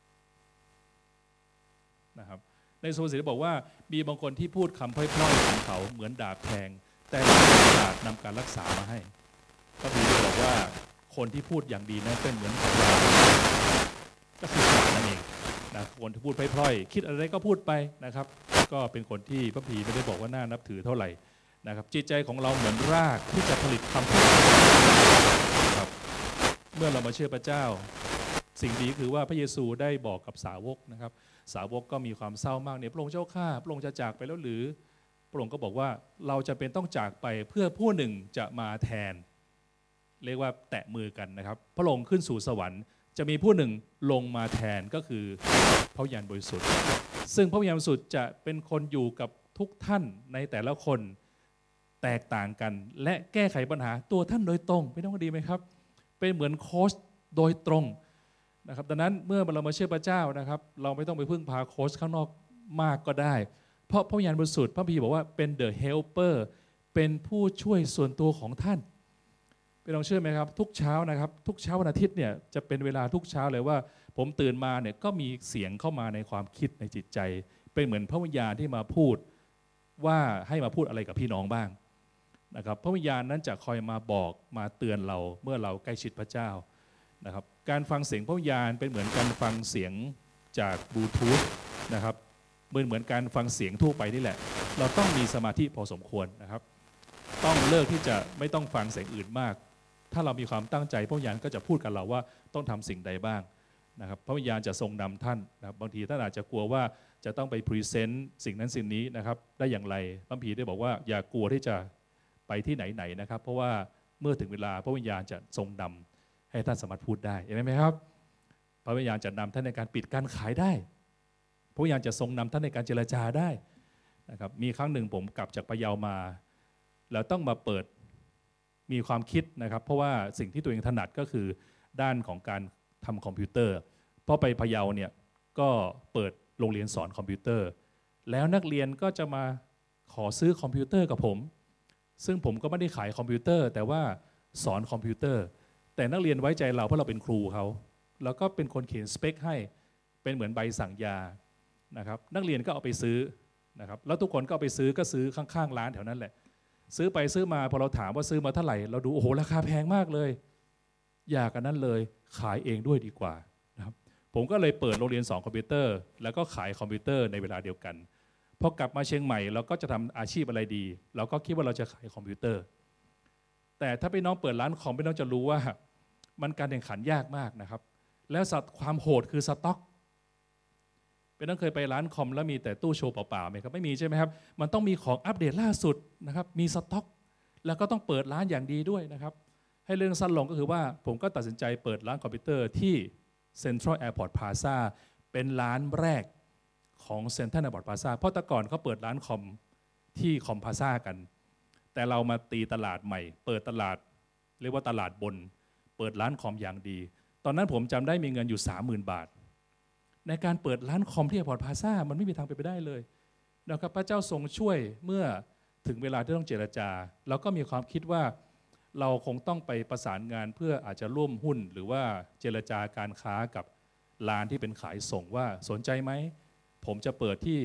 นะครับในสุภาษิตบอกว่ามีบางคนที่พูดคำพร่อยๆของเขาเหมือนดาบแทงแต่เราศาสตร์นำการรักษามาให้ก็คือบอกว่าคนที่พูดอย่างดีนั้นเป็นเหมือนยาก็คือสารนั่นเองนะคนที่พูดพร่อยๆคิดอะไรก็พูดไปนะครับก็เป็นคนที่พระพีไม่ได้บอกว่าน่านับถือเท่าไหร่นะครับจิตใจของเราเหมือนรากที่จะผลิตคำพูดครับเมื่อเรามาเชื่อพระเจ้าสิ่งดีคือว่าพระเยซูได้บอกกับสาวกนะครับสาวกก็มีความเศร้ามากเนี่ยพระองค์เจ้าข้าพระองค์จะจากไปแล้วหรือพระองค์ก็บอกว่าเราจะเป็นต้องจากไปเพื่อผู้หนึ่งจะมาแทนเรียกว่าแตะมือกันนะครับพระองค์ขึ้นสู่สวรรค์จะมีผู้หนึ่งลงมาแทนก็คือพระวิญญาณบริสุทธิ์ซึ่งพระวิญญาณบริสุทธิ์จะเป็นคนอยู่กับทุกท่านในแต่ละคนแตกต่างกันและแก้ไขปัญหาตัวท่านโดยตรงไม่ต้องดีไหมครับเป็นเหมือนโค้ชโดยตรงนะครับดังนั้นเมื่อเรามาเชื่อพระเจ้านะครับเราไม่ต้องไปพึ่งพาโค้ชข้างนอกมากก็ได้เพราะพระวิญญาณบริสุทธิ์พระพีบอกว่าเป็น the helper เป็นผู้ช่วยส่วนตัวของท่านไปลองเชื่อไหมครับทุกเช้านะครับทุกเช้าวันอาทิตย์เนี่ยจะเป็นเวลาทุกเช้าเลยว่าผมตื่นมาเนี่ยก็มีเสียงเข้ามาในความคิดในจิตใจเป็นเหมือนพระวิญญาณที่มาพูดว่าให้มาพูดอะไรกับพี่น้องบ้างนะครับพระวิญญาณนั้นจะคอยมาบอกมาเตือนเราเมื่อเราใกล้ชิดพระเจ้านะครับการฟังเสียงพระวิญญาณเป็นเหมือนการฟังเสียงจากบลูทูธนะครับเหมือนเหมือนการฟังเสียงทั่วไปนี่แหละเราต้องมีสมาธิพอสมควรนะครับต้องเลิกที่จะไม่ต้องฟังเสียงอื่นมากถ้าเรามีความตั้งใจพระวิญญาณก็จะพูดกับเราว่าต้องทำสิ่งใดบ้างนะครับพระวิญญาณจะทรงนำท่านนะครับบางทีท่านอาจจะกลัวว่าจะต้องไปพรีเซนต์สิ่งนั้นสิ่งนี้นะครับได้อย่างไรพระคัมภีร์ได้บอกว่าอย่ากลัวที่จะไปที่ไหนๆนะครับเพราะว่าเมื่อถึงเวลาพระวิญญาณจะทรงนำให้ท่านสามารถพูดได้เห็นไหมครับพระวิญญาณจะนำท่านในการปิดการขายได้พระวิญญาณจะทรงนำท่านในการเจรจาได้นะครับมีครั้งหนึ่งผมกลับจากพะเยามาแล้วต้องมาเปิดมีความคิดนะครับเพราะว่าสิ่งที่ตัวเองถนัดก็คือด้านของการทำคอมพิวเตอร์เพราะไปพะเยาเนี่ยก็เปิดโรงเรียนสอนคอมพิวเตอร์แล้วนักเรียนก็จะมาขอซื้อคอมพิวเตอร์กับผมซึ่งผมก็ไม่ได้ขายคอมพิวเตอร์แต่ว่าสอนคอมพิวเตอร์แต่นักเรียนไว้ใจเราเพราะเราเป็นครูเขาแล้วก็เป็นคนเขียนสเปคให้เป็นเหมือนใบสั่งยานะครับนักเรียนก็เอาไปซื้อนะครับแล้วทุกคนก็เอาไปซื้อก็ซื้อข้างๆร้านแถวนั้นแหละซื้อไปซื้อมาพอเราถามว่าซื้อมาเท่าไหร่เราดูโอ้โหราคาแพงมากเลยอยากกันนั้นเลยขายเองด้วยดีกว่านะครับผมก็เลยเปิดโรงเรียนสอนคอมพิวเตอร์แล้วก็ขายคอมพิวเตอร์ในเวลาเดียวกันพอกลับมาเชียงใหม่เราก็จะทำอาชีพอะไรดีเราก็คิดว่าเราจะขายคอมพิวเตอร์แต่ถ้าพี่น้องเปิดร้านคอมพี่น้องจะรู้ว่ามันการแข่งขันยากมากนะครับแล้วความโหดคือสต็อกพี่น้องเคยไปร้านคอมแล้วมีแต่ตู้โชว์เปล่าๆไหมครับไม่มีใช่ไหมครับมันต้องมีของอัปเดตล่าสุดนะครับมีสต็อกแล้วก็ต้องเปิดร้านอย่างดีด้วยนะครับให้เรื่องสั้นลงก็คือว่าผมก็ตัดสินใจเปิดร้านคอมพิวเตอร์ที่ Central Airport Plaza เป็นร้านแรกของ Central Airport Plaza เพราะแต่ก่อนเขาเปิดร้านคอมที่คอมพลาซ่ากันแต่เรามาตีตลาดใหม่เปิดตลาดเรียกว่าตลาดบนเปิดร้านคอมอย่างดีตอนนั้นผมจำได้มีเงินอยู่ สามหมื่น บาทในการเปิดร้านคอมที่ Airport Plaza มันไม่มีทางเป็นไปได้เลยนะครับพระเจ้าทรงช่วยเมื่อถึงเวลาที่ต้องเจรจาเราก็มีความคิดว่าเราคงต้องไปประสานงานเพื่ออาจจะร่วมหุ้นหรือว่าเจรจาการค้ากับร้านที่เป็นขายส่งว่าสนใจไหมผมจะเปิดที่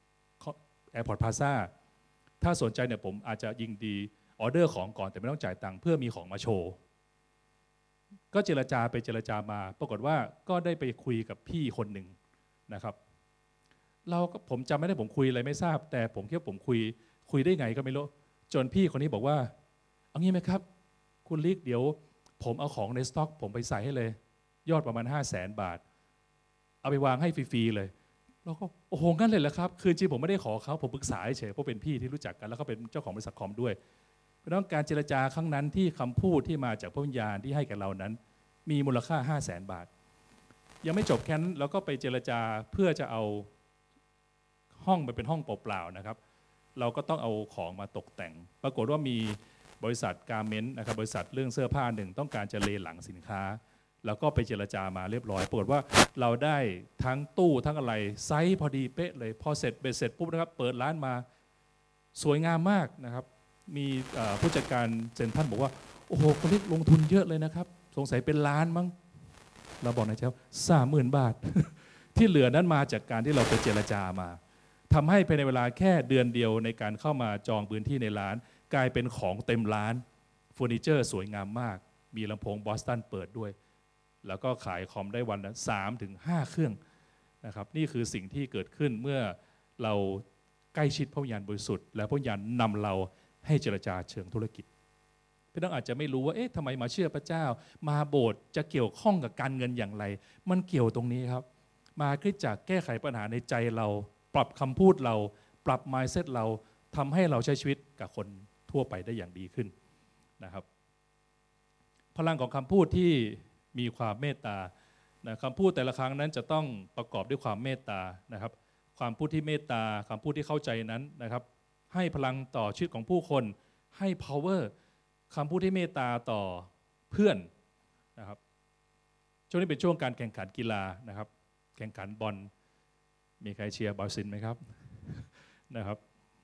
Airport Plaza ถ้าสนใจเนี่ยผมอาจจะยิงดีออเดอร์ของก่อนแต่ไม่ต้องจ่ายตังค์เพื่อมีของมาโชว์ก็เจรจาไปเจรจามาปรากฏว่าก็ได้ไปคุยกับพี่คนหนึ่งนะครับเราก็ผมจำไม่ได้ผมคุยอะไรไม่ทราบแต่ผมคิดว่าผมคุยคุยได้ไงก็ไม่รู้จนพี่คนนี้บอกว่าเอางี้ไหมครับคุณลิกเดี๋ยวผมเอาของในสต็อกผมไปใส่ให้เลยยอดประมาณห้าแสนบาทเอาไปวางให้ฟรีๆเลยเราก็โอ้โหงั้นเลยเหรอครับคือจริงผมไม่ได้ขอเขาผมปรึกษาเฉยเพราะเป็นพี่ที่รู้จักกันแล้วเขาเป็นเจ้าของบริษัทคอมด้วยเพราะฉะนั้นการเจรจาครั้งนั้นที่คำพูดที่มาจากพระวิญญาณที่ให้กับเรานั้นมีมูลค่าห้าแสนบาทยังไม่จบแค่นั้นเราก็ไปเจรจาเพื่อจะเอาห้องไปเป็นห้องเปล่าๆนะครับเราก็ต้องเอาของมาตกแต่งปรากฏว่ามีบริษัทการเมนต์นะครับบริษัทเรื่องเสื้อผ้าหนึ่งต้องการจะเลหลังสินค้าแล้วก็ไปเจรจามาเรียบร้อยปรากฏว่าเราได้ทั้งตู้ทั้งอะไรไซส์พอดีเป๊ะเลยพอเสร็จเบ็ดเสร็จปุ๊บนะครับเปิดร้านมาสวยงามมากนะครับมีผู้จัดการเซ็นทรัลบอกว่าโอ้โหคนที่ลงทุนเยอะเลยนะครับสงสัยเป็นล้านมั้งเราบอกนะเจ้าสามหมื่นบาท ที่เหลือนั้นมาจากการที่เราไปเจรจามาทำให้ภายในเวลาแค่เดือนเดียวในการเข้ามาจองพื้นที่ในร้านกลายเป็นของเต็มร้านเฟอร์นิเจอร์สวยงามมากมีลำโพงบอสตันเปิดด้วยแล้วก็ขายคอมได้วันละสามถึงห้าเครื่องนะครับนี่คือสิ่งที่เกิดขึ้นเมื่อเราใกล้ชิดพระวิญญาณบริสุทธิ์และพระวิญญาณนำเราให้เจรจาเชิงธุรกิจพี่น้องอาจจะไม่รู้ว่าเอ๊ะทำไมมาเชื่อพระเจ้ามาโบสถ์จะเกี่ยวข้องกับการเงินอย่างไรมันเกี่ยวตรงนี้ครับมาคริสตจักรแก้ไขปัญหาในใจเราปรับคำพูดเราปรับ mindset เราทำให้เราใช้ชีวิตกับคนทั่วไปได้อย่างดีขึ้นนะครับพลังของคำพูดที่มีความเมตตานะคำพูดแต่ละครั้งนั้นจะต้องประกอบด้วยความเมตตานะครับความพูดที่เมตตาคำพูดที่เข้าใจนั้นนะครับให้พลังต่อชีวิตของผู้คนให้ power คำพูดที่เมตตาต่อเพื่อนนะครับช่วงนี้เป็นช่วงการแข่งขันกีฬานะครับแข่งขันบอลมีใครเชียร์บราซิลไหมครับนะครับ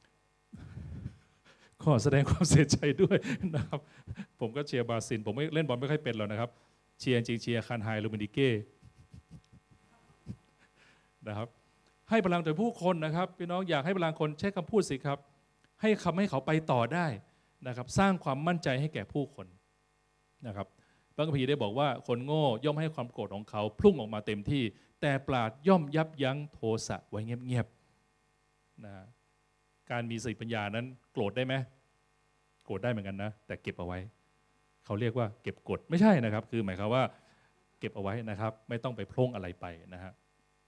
ขอแสดงความเสียใจด้วยนะครับผมก็เชียร์บราซิลผมไม่เล่นบอลไม่ค่อยเป็นหรอกนะครับเชียร์จริงเชียร์คันไฮลูมินิเก้นะครับให้พลังต่อผู้คนนะครับพี่น้องอยากให้พลังคนใช้คำพูดสิครับให้คำให้เขาไปต่อได้นะครับสร้างความมั่นใจให้แก่ผู้คนนะครับพระคัมภีร์ได้บอกว่าคนโง่ย่อมให้ความโกรธของเขาพุ่งออกมาเต็มที่แต่ปราชญ์ย่อมยับยั้งโทสะไว้เงียบๆนะการมีสติปัญญานั้นโกรธได้ไหมโกรธได้เหมือนกันนะแต่เก็บเอาไว้เขาเรียกว่าเก็บกดไม่ใช่นะครับคือหมายความว่าเก็บเอาไว้นะครับไม่ต้องไปพร่งอะไรไปนะฮะ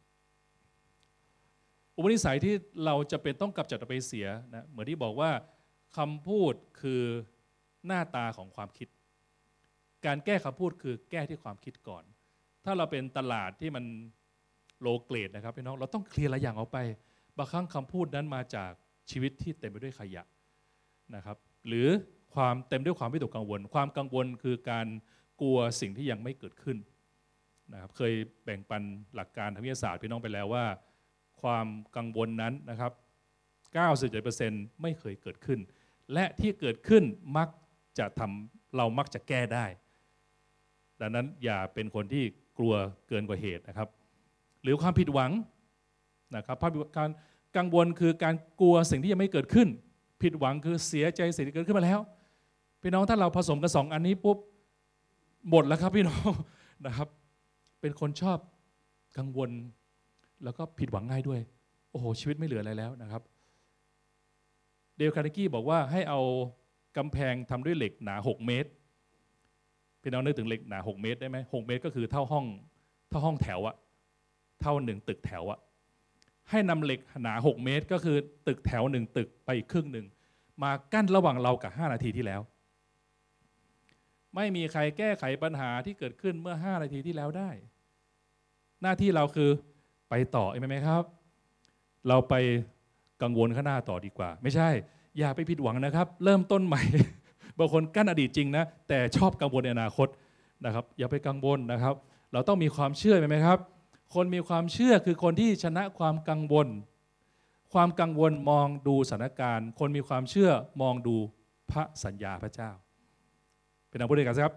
อุปนิสัยที่เราจะเป็นต้องกำจัดออกไปเสียนะเหมือนที่บอกว่าคำพูดคือหน้าตาของความคิดการแก้คำพูดคือแก้ที่ความคิดก่อนถ้าเราเป็นตลาดที่มันโลเกรดนะครับพี่น้องเราต้องเคลียร์หลายอย่างออกไปบางครั้งคำพูดนั้นมาจากชีวิตที่เต็มไปด้วยขยะนะครับหรือความเต็มด้วยความวิตกกังวลความกังวลคือการกลัวสิ่งที่ยังไม่เกิดขึ้นนะครับเคยแบ่งปันหลักการทางวิทยาศาสตร์พี่น้องไปแล้วว่าความกังวลนั้นนะครับเก้าสิบเจ็ดเปอร์เซ็นต์ ไม่เคยเกิดขึ้นและที่เกิดขึ้นมักจะทำเรามักจะแก้ได้ดังนั้นอย่าเป็นคนที่กลัวเกินกว่าเหตุนะครับหรือความผิดหวังนะครับการกังวลคือการกลัวสิ่งที่ยังไม่เกิดขึ้นผิดหวังคือเสียใจสิ่งที่เกิดขึ้นมาแล้วพี่น้องถ้าเราผสมกันสองอันนี้ปุ๊บหมดแล้วครับพี่น้องนะครับเป็นคนชอบกังวลแล้วก็ผิดหวังง่ายด้วยโอ้โหชีวิตไม่เหลืออะไรแล้วนะครับเดลคาร์เนกี้บอกว่าให้เอากำแพงทำด้วยเหล็กหนาหกเมตรพี่น้องนึกถึงเหล็กหนาหกเมตรได้ไหมหกเมตรก็คือเท่าห้องเท่าห้องแถวอะเท่าหนึ่งตึกแถวอะให้นำเหล็กหนาหกเมตรก็คือตึกแถวหนึ่งตึกไปอีกครึ่งหนึ่งมากั้นระหว่างเรากับห้านาทีที่แล้วไม่มีใครแก้ไขปัญหาที่เกิดขึ้นเมื่อห้านาทีที่แล้วได้หน้าที่เราคือไปต่อใช่ไหมครับเราไปกังวลข้างหน้าต่อดีกว่าไม่ใช่อย่าไปผิดหวังนะครับเริ่มต้นใหม่ บางคนกั้นอดีตจริงนะแต่ชอบกังวลในอนาคตนะครับอย่าไปกังวลนะครับเราต้องมีความเชื่อไหมครับคนมีความเชื่อคือคนที่ชนะความกังวลความกังวลมองดูสถานการณ์คนมีความเชื่อมองดูพระสัญญาพระเจ้าเป็นทางพูดด้วยกันครับ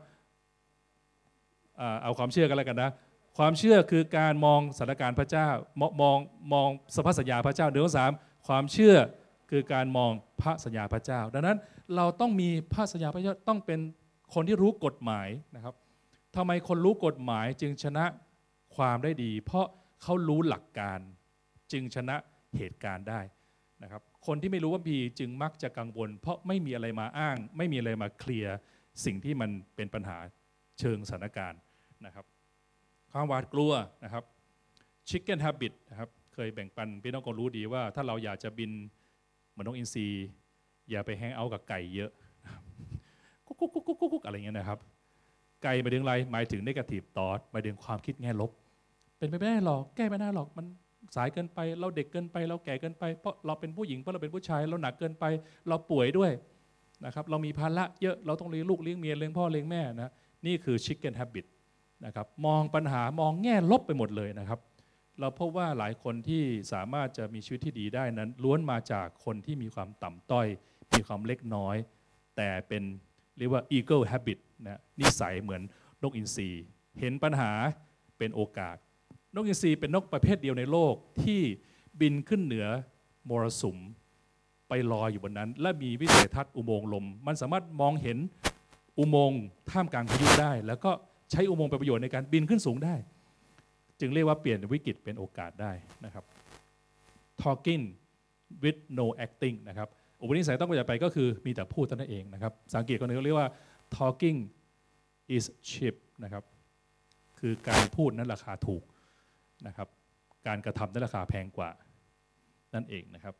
เอาความเชื่อกันแล้วกันนะความเชื่อคือการมองสถานการณ์พระเจ้ามองมองมองสภาพสัญญาพระเจ้าเดือนสามความเชื่อคือการมองพระสัญญาพระเจ้าดังนั้นเราต้องมีพระสัญญาพระเจ้าต้องเป็นคนที่รู้กฎหมายนะครับทำไมคนรู้กฎหมายจึงชนะความได้ดีเพราะเขารู้หลักการจึงชนะเหตุการณ์ได้นะครับคนที่ไม่รู้ว่าพีจึงมักจะกังวลเพราะไม่มีอะไรมาอ้างไม่มีอะไรมาเคลียร์สิ่งที่มันเป็นปัญหาเชิงสถานการณ์นะครับความหวาดกลัวนะครับ Chicken Habit นะครับเคยแบ่งปันพี่น้องก็รู้ดีว่าถ้าเราอยากจะบินเหมือนนกอินทรีอย่าไปแฮงเอาท์กับไก่เยอะกุ๊กกุ๊กกุ๊กกุ๊กกุ๊กอะไรเงี้ยนะครับไก่หมายถึงอะไรหมายถึง negative thought หมายถึงความคิดแง่ลบเป็นไปไม่ได้หรอกแก้ไม่ได้หรอกมันสายเกินไปเราเด็กเกินไปเราแก่เกินไปเพราะเราเป็นผู้หญิงเพราะเราเป็นผู้ชายเราหนักเกินไปเราป่วยด้วยนะครับเรามีภาระเยอะเราต้องเลี้ยงลูกเลี้ยงเมียเลี้ยงพ่อเลี้ยงแม่นะนี่คือ Chicken Habit นะครับมองปัญหามองแง่ลบไปหมดเลยนะครับเราพบว่าหลายคนที่สามารถจะมีชีวิตที่ดีได้นั้นล้วนมาจากคนที่มีความต่ำต้อยมีความเล็กน้อยแต่เป็นเรียกว่า Eagle Habit นะนิสัยเหมือนนกอินทรีเห็นปัญหาเป็นโอกาสนกอินทรีเป็นนกประเภทเดียวในโลกที่บินขึ้นเหนือมรสุมไปลอยอยู่บนนั้นและมีวิสัยทัศน์อุโมงค์ลมมันสามารถมองเห็นอุโมงค์ท่ามกลางพายุได้แล้วก็ใช้อุโมงค์เป็นประโยชน์ในการบินขึ้นสูงได้จึงเรียกว่าเปลี่ยนวิกฤตเป็นโอกาสได้นะครับ talking with no acting นะครับอุปนิสัยต้องไปก็คือมีแต่พูดเท่านั้นเองนะครับสังเกตกันเลยเรียกว่า talking is cheap นะครับคือการพูดนั้นราคาถูกนะครับการกระทำนั้นราคาแพงกว่านั่นเองนะครับ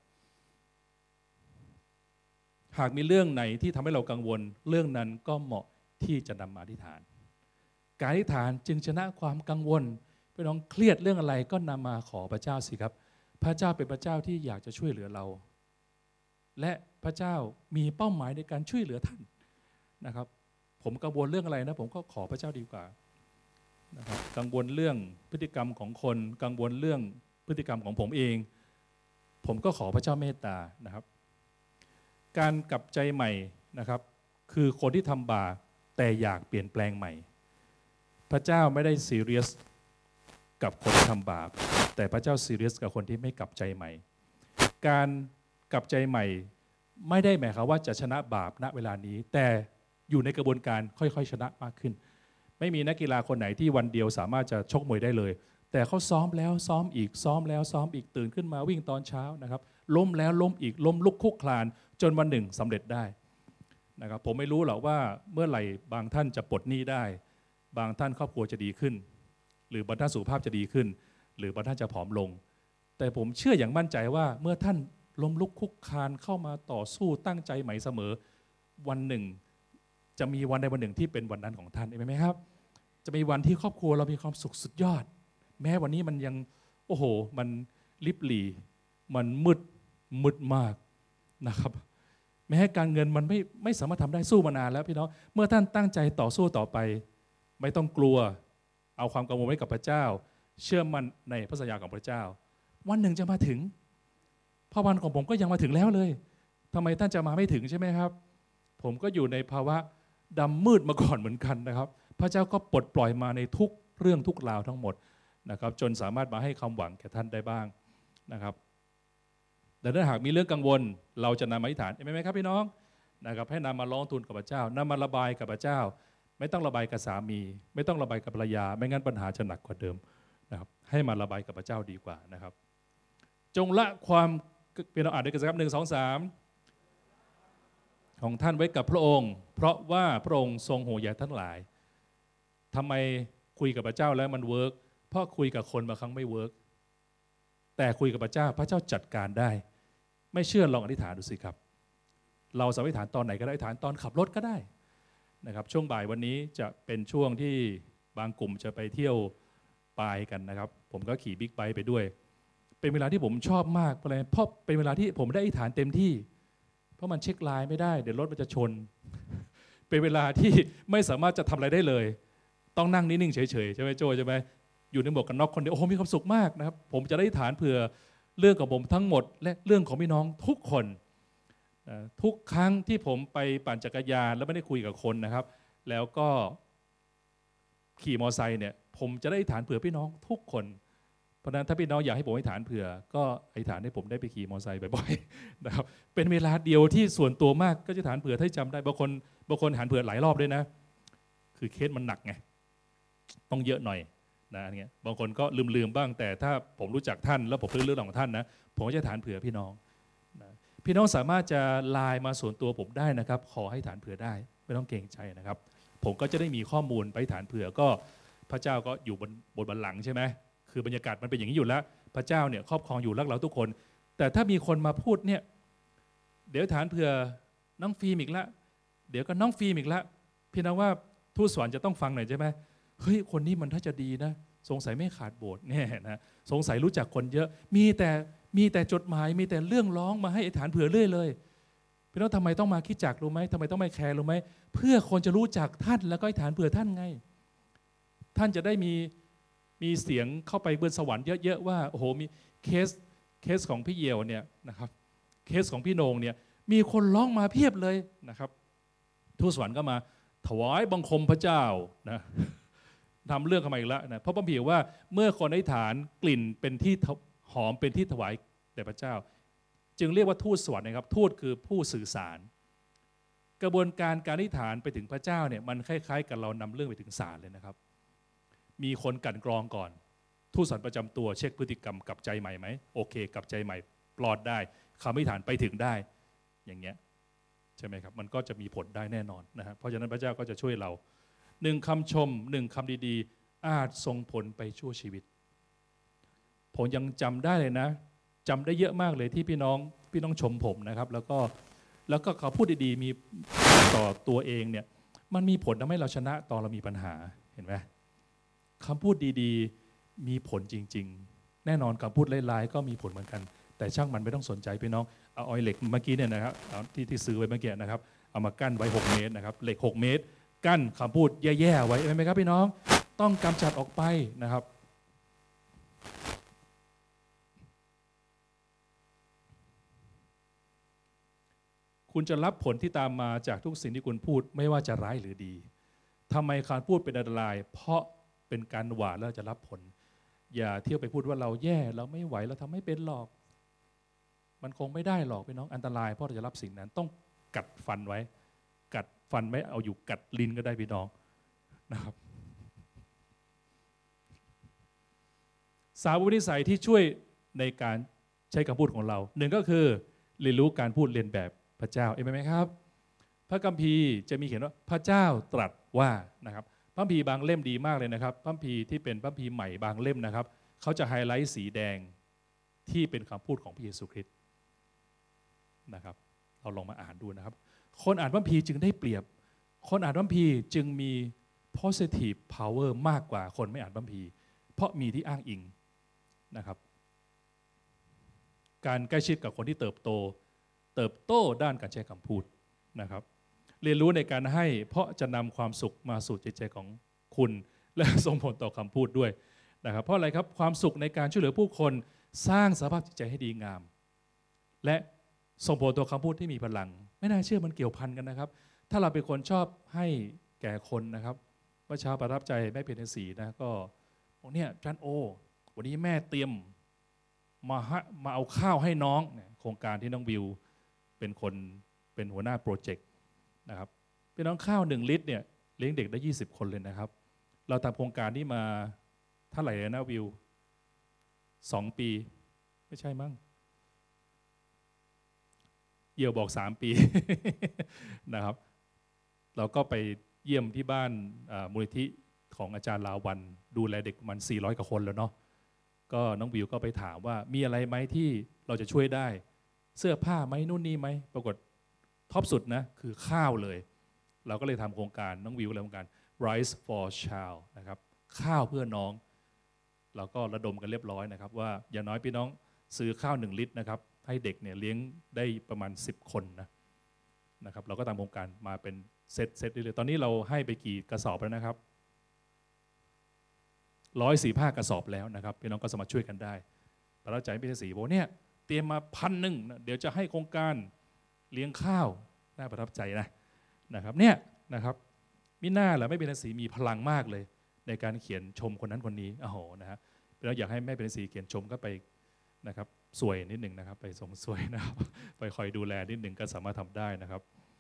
หากมีเรื่องไหนที่ทำให้เรากังวลเรื่องนั้นก็เหมาะที่จะนำมาอธิษฐานการอธิษฐานจึงชนะความกังวลพี่น้องเครียดเรื่องอะไรก็นำมาขอพระเจ้าสิครับพระเจ้าเป็นพระเจ้าที่อยากจะช่วยเหลือเราและพระเจ้ามีเป้าหมายในการช่วยเหลือท่านนะครับผมกังวลเรื่องอะไรนะผมก็ขอพระเจ้าดีกว่านะครับกังวลเรื่องพฤติกรรมของคนกังวลเรื่องพฤติกรรมของผมเองผมก็ขอพระเจ้าเมตตานะครับการกลับใจใหม่นะครับคือคนที่ทำบาปแต่อยากเปลี่ยนแปลงใหม่พระเจ้าไม่ได้ซีเรียสกับคนที่ทำบาปแต่พระเจ้าซีเรียสกับคนที่ไม่กลับใจใหม่การกลับใจใหม่ไม่ได้หมายความว่าจะชนะบาปณเวลานี้แต่อยู่ในกระบวนการค่อยๆชนะมากขึ้นไม่มีนักกีฬาคนไหนที่วันเดียวสามารถจะชกมวยได้เลยแต่เขาซ้อมแล้วซ้อมอีกซ้อมแล้วซ้อมอีกตื่นขึ้นมาวิ่งตอนเช้านะครับล้มแล้วล้มอีกล้มลุกคุกคลานจนวันหนึ่งสำเร็จได้นะครับผมไม่รู้หรอกว่าเมื่อไหร่บางท่านจะปลดหนี้ได้บางท่านครอบครัวจะดีขึ้นหรือบางท่านสุขภาพจะดีขึ้นหรือบางท่านจะผอมลงแต่ผมเชื่ออย่างมั่นใจว่าเมื่อท่านล้มลุกคุกคลานเข้ามาต่อสู้ตั้งใจใหม่เสมอวันหนึ่งจะมีวันใดวันหนึ่งที่เป็นวันนั้นของท่านเห็นไหมครับจะมีวันที่ครอบครัวเรามีความสุขสุดยอดแม้วันนี้มันยังโอ้โหมันลิบหลีมันมืดมืดมากนะครับแม้การเงินมันไม่ไม่สามารถทำได้สู้มานานแล้วพี่น้องเมื่อท่านตั้งใจต่อสู้ต่อไปไม่ต้องกลัวเอาความกังวลไว้กับพระเจ้าเชื่อมั่นในพระสัญญาของพระเจ้าวันหนึ่งจะมาถึงพระวันของผมก็ยังมาถึงแล้วเลยทำไมท่านจะมาไม่ถึงใช่ไหมครับผมก็อยู่ในภาวะดำมืดมาก่อนเหมือนกันนะครับพระเจ้าก็ปลดปล่อยมาในทุกเรื่องทุกราวทั้งหมดนะครับจนสามารถมาให้ความหวังแก่ท่านได้บ้างนะครับแต่ถ้าหากมีเรื่องกังวลเราจะนำมาอธิษฐานเห็นไหมครับพี่น้องนะครับให้นำมาร้องทูลกับพระเจ้านำมาระบายกับพระเจ้าไม่ต้องระบายกับสามีไม่ต้องระบายกับภรรยาไม่งั้นปัญหาจะหนักกว่าเดิมนะครับให้มาระบายกับพระเจ้าดีกว่านะครับจงละความเป็นเราอ่านด้วยกันสักหนึ่งสองสามของท่านไว้กับพระองค์เพราะว่าพระองค์ทรงห่วงใยทั้งหลายทำไมคุยกับพระเจ้าแล้วมันเวิร์กเพราะคุยกับคนบางครั้งไม่เวิร์กแต่คุยกับพระเจ้าพระเจ้าจัดการได้ไม่เชื่อลองอธิษฐานดูสิครับเราสามารถอธิษฐานตอนไหนก็ได้อธิษฐานตอนขับรถก็ได้นะครับช่วงบ่ายวันนี้จะเป็นช่วงที่บางกลุ่มจะไปเที่ยวปายกันนะครับผมก็ขี่บิ๊กไบค์ไปด้วยเป็นเวลาที่ผมชอบมากเพราะอะไรเพราะเป็นเวลาที่ผมได้อธิษฐานเต็มที่เพราะมันเช็คไลน์ไม่ได้เดี๋ยวรถมันจะชนเป็นเวลาที่ไม่สามารถจะทำอะไรได้เลยต้องนั่งนิ่งๆเฉยๆใช่ไหมโจใช่ไหมอยู่ในหมวกกันน็อกคนเดียวโอ้โหมีความสุขมากนะครับผมจะได้อธิษฐานเผื่อเรื่องของผมทั้งหมดและเรื่องของพี่น้องทุกคนทุกครั้งที่ผมไปปั่นจักรยานแล้วไม่ได้คุยกับคนนะครับแล้วก็ขี่มอเตอร์ไซค์เนี่ยผมจะได้อธิษฐานเผื่อพี่น้องทุกคนเพราะฉะนั้นถ้าพี่น้องอยากให้ผมอธิษฐานเผื่อก็อธิษฐานให้ผมได้ไปขี่มอเตอร์ไซค์บ่อยๆนะครับเป็นเวลาเดียวที่ส่วนตัวมากก็จะอธิษฐานเผื่อให้จำได้บางคนบางคนอธิษฐานเผื่อหลายรอบด้วยนะคือเคสมันหนักไงต้องเยอะหน่อยนะอย่างเงี้ยบางคนก็ลืมๆบ้างแต่ถ้าผมรู้จักท่านแล้วผมรู้เรื่องของท่านนะผมก็จะอธิษฐานเผื่อพี่น้องนะพี่น้องสามารถจะไลน์มาส่วนตัวผมได้นะครับขอให้อธิษฐานเผื่อได้ไม่ต้องเกรงใจนะครับผมก็จะได้มีข้อมูลไปอธิษฐานเผื่อก็พระเจ้าก็อยู่บนบนบัลลังก์ใช่ไหมคือบรรยากาศมันเป็นอย่างนี้อยู่แล้วพระเจ้าเนี่ยครอบครองอยู่รักเราทุกคนแต่ถ้ามีคนมาพูดเนี่ยเดี๋ยวฐานเผื่อน้องฟิล์มอีกละเดี๋ยวก็น้องฟิล์มอีกละพี่น้องว่าทูตสวรรค์จะต้องฟังหน่อยใช่ไหมเฮ้ยคนนี้มันถ้าจะดีนะสงสัยไม่ขาดโบสถ์เนี่ยนะสงสัยรู้จักคนเยอะมีแต่มีแต่จดหมายมีแต่เรื่องร้องมาให้ฐานเผื่อเรื่อยเลยพี่น้องทำไมต้องมาคิดจักรู้ไหมทำไมต้องไม่แคร์รู้ไหมเพื่อคนจะรู้จักท่านแล้วก็ฐานเผื่อท่านไงท่านจะได้มีมีเสียงเข้าไปบนสวรรค์เยอะๆว่าโอ้โหมีเคสเคสของพี่เยียวเนี่ยนะครับเคสของพี่โหน่งเนี่ยมีคนร้องมาเพียบเลยนะครับทูตสวรรค์ก็มาถวายบังคมพระเจ้านะทำเรื่องเข้ามาอีกแล้วนะเพราะพระบิดาว่าเมื่อคนอธิษฐานกลิ่นเป็นที่หอมเป็นที่ถวายแด่พระเจ้าจึงเรียกว่าทูตสวรรค์นะครับทูตคือผู้สื่อสารกระบวนการการอธิษฐานไปถึงพระเจ้าเนี่ยมันคล้ายๆกับเรานำเรื่องไปถึงศาลเลยนะครับมีคนกลั่นกรองก่อนทูตสวรรค์ประจำตัวเช็คพฤติกรรมกลับใจใหม่ไหมโอเคกลับใจใหม่ปลอดได้คำอธิษฐานไปถึงได้อย่างเงี้ยใช่ไหมครับมันก็จะมีผลได้แน่นอนนะฮะเพราะฉะนั้นพระเจ้าก็จะช่วยเราหนึ่งคำชมหนึ่งคำดีๆอาจส่งผลไปชั่วชีวิตผมยังจำได้เลยนะจำได้เยอะมากเลยที่พี่น้องพี่น้องชมผมนะครับแล้วก็แล้วก็เขาพูดดีๆมีต่อตัวเองเนี่ยมันมีผลทำให้เราชนะตอนเรามีปัญหาเห็นไหมคำพูดดีๆมีผลจริงๆแน่นอนคำพูดร้ายๆก็มีผลเหมือนกันแต่ช่างมันไม่ต้องสนใจพี่น้องเอาออยเหล็กเมื่อกี้เนี่ยนะครับที่ที่ซื้อไว้เมื่อกี้นะครับเอามากั้นไว้หกเมตรนะครับเหล็กหกเมตรกั้นคำพูดแย่ๆไว้ใช่ไหมครับพี่น้องต้องกำจัดออกไปนะครับคุณจะรับผลที่ตามมาจากทุกสิ่งที่คุณพูดไม่ว่าจะร้ายหรือดีทำไมการพูดเป็นอันตรายเพราะเป็นการหวานแล้วจะรับผลอย่าเที่ยวไปพูดว่าเราแย่เราไม่ไหวเราทำไม่เป็นหรอกมันคงไม่ได้หรอกพี่น้องอันตรายเพราะเราจะรับสิ่งนั้นต้องกัดฟันไว้กัดฟันไม่เอาอยู่กัดลิ้นก็ได้พี่น้องนะครับสาวนิสัยที่ช่วยในการใช้คำพูดของเราหนึ่งก็คือเรียนรู้การพูดเรียนแบบพระเจ้าเอเมนไหมครับพระคัมภีร์จะมีเขียนว่าพระเจ้าตรัสว่านะครับพระคัมภีร์บางเล่มดีมากเลยนะครับพระคัมภีร์ที่เป็นพระคัมภีร์ใหม่บางเล่มนะครับเขาจะไฮไลท์สีแดงที่เป็นคำพูดของพระเยซูคริสต์นะครับเราลองมาอ่านดูนะครับคนอ่านพระคัมภีร์จึงได้เปรียบคนอ่านพระคัมภีร์จึงมี positive power มากกว่าคนไม่อ่านพระคัมภีร์เพราะมีที่อ้างอิงนะครับการใกล้ชิดกับคนที่เติบโตเติบโตด้านการใช้คำพูดนะครับเรียนรู้ในการให้เพราะจะนำความสุขมาสู่จิตใจของคุณและส่งผลต่อคำพูดด้วยนะครับเพราะอะไรครับความสุขในการช่วยเหลือผู้คนสร้างสภาพจิตใจให้ดีงามและส่งผลตัวคำพูดที่มีพลังไม่น่าเชื่อมันเกี่ยวพันกันนะครับถ้าเราเป็นคนชอบให้แก่คนนะครับเมื่อเช้าประทับใจแม่เพญศรีนะก็บอกเนี่ยจันโอวันนี้แม่เตรียมมามาเอาข้าวให้น้องโครงการที่น้องวิวเป็นคนเป็นหัวหน้าโปรเจกต์นะครับเป็นน้องข้าวหนึ่งลิตรเนี่ยเลี้ยงเด็กได้ยี่สิบคนเลยนะครับเราทำโครงการนี้มาเท่าไหร่นะวิวสองปีไม่ใช่มั้งเอี่ยวบอกสามปี นะครับเราก็ไปเยี่ยมที่บ้านมูลนิธิของอาจารย์ลาวันดูแลเด็กประมาณสี่ร้อยกว่าคนแล้วเนาะก็น้องวิวก็ไปถามว่ามีอะไรไหมที่เราจะช่วยได้เสื้อผ้าไหมนู่นนี่ไหมปรากฏท็อปสุดนะคือข้าวเลยเราก็เลยทำโครงการน้องวิวเลยโครงการ Rice for Child นะครับข้าวเพื่อน้องเราก็ระดมกันเรียบร้อยนะครับว่าอย่างน้อยพี่น้องซื้อข้าวหนึ่งลิตรนะครับให้เด็กเนี่ยเลี้ยงได้ประมาณสิบคนนะนะครับเราก็ทำโครงการมาเป็นเซตเซตเลยตอนนี้เราให้ไปกี่กระสอบแล้วนะครับร้อยสี่ห้ากระสอบแล้วนะครับพี่น้องก็สามารถช่วยกันได้ประทับใจพี่ศรีบอกเนี่ยเตรียมมาพันหนึ่งเดี๋ยวจะให้โครงการเลี้ยงข้าวน่าประทับใจนะนะครับเนี่ยนะครับมิน่าแหละไม่เป็นศรีมีพลังมากเลยในการเขียนชมคนนั้นคนนี้โอ้โหนะฮะเราอยากให้แม่เป็นศรีเขียนชมก็ไปนะครับสวยนิดหนึ่งนะครับไปส่งสวยนะครับไปคอยดูแลนิดหนึ่งก็สามารถทำได้นะครับ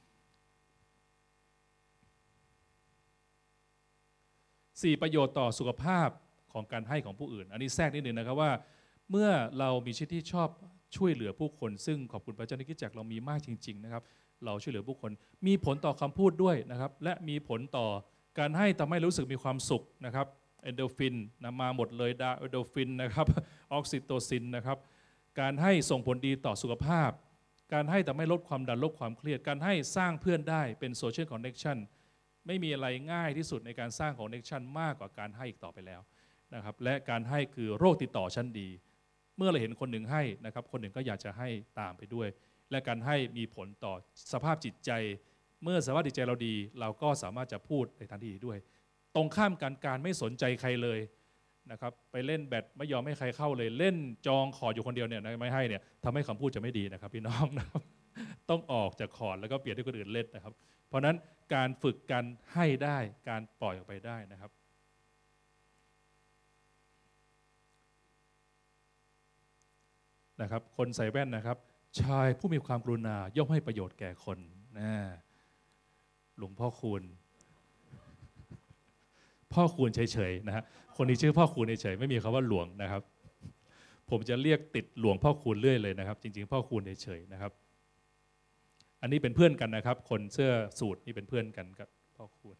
สี่ประโยชน์ต่อสุขภาพของการให้ของผู้อื่นอันนี้แทรกนิดหนึ่งนะครับว่าเมื่อเรามีชีวิตที่ชอบช่วยเหลือผู้คนซึ่งขอบคุณพระเจ้าในคริสตจักรเรามีมากจริงๆนะครับเราช่วยเหลือผู้คนมีผลต่อคำพูดด้วยนะครับและมีผลต่อการให้ทำให้รู้สึกมีความสุขนะครับเอนโดรฟินนะมาหมดเลยดาเอนโดรฟินนะครับออกซิโตซินนะครับการให้ส่งผลดีต่อสุขภาพการให้ทำให้ลดความดันลดความเครียดการให้สร้างเพื่อนได้เป็นโซเชียลคอนเนคชั่นไม่มีอะไรง่ายที่สุดในการสร้างคอนเนคชั่นมากกว่าการให้อีกต่อไปแล้วนะครับและการให้คือโรคติดต่อชั้นดีเมื่อเราเห็นคนหนึ่งให้นะครับคนหนึ่งก็อยากจะให้ตามไปด้วยและการให้มีผลต่อสภาพจิตใจเมื่อสภาพจิตใจเราดีเราก็สามารถจะพูดในทางที่ดีด้วยตรงข้ามกันการไม่สนใจใครเลยนะครับไปเล่นแบดไม่ยอมให้ใครเข้าเลยเล่นจองขออยู่คนเดียวเนี่ยไม่ให้เนี่ยทำให้คำพูดจะไม่ดีนะครับพี่น้องนะครับต้องออกจากขอดแล้วก็เปลี่ยนให้คนอื่นเล่นนะครับเพราะนั้นการฝึกการให้ได้การปล่อยออกไปได้นะครับนะครับคนใส่แว่นนะครับชายผู้มีความกรุณาย่อมให้ประโยชน์แก่คนนะหลวงพ่อคูณพ่อคูณเฉยๆนะฮะคนนี้ชื่อพ่อคูณเฉยๆไม่มีคำว่าหลวงนะครับผมจะเรียกติดหลวงพ่อคูณเรื่อยเลยนะครับจริงๆพ่อคูณเฉยๆนะครับอันนี้เป็นเพื่อนกันนะครับคนเสื้อสูทนี่เป็นเพื่อนกันกับพ่อคูณ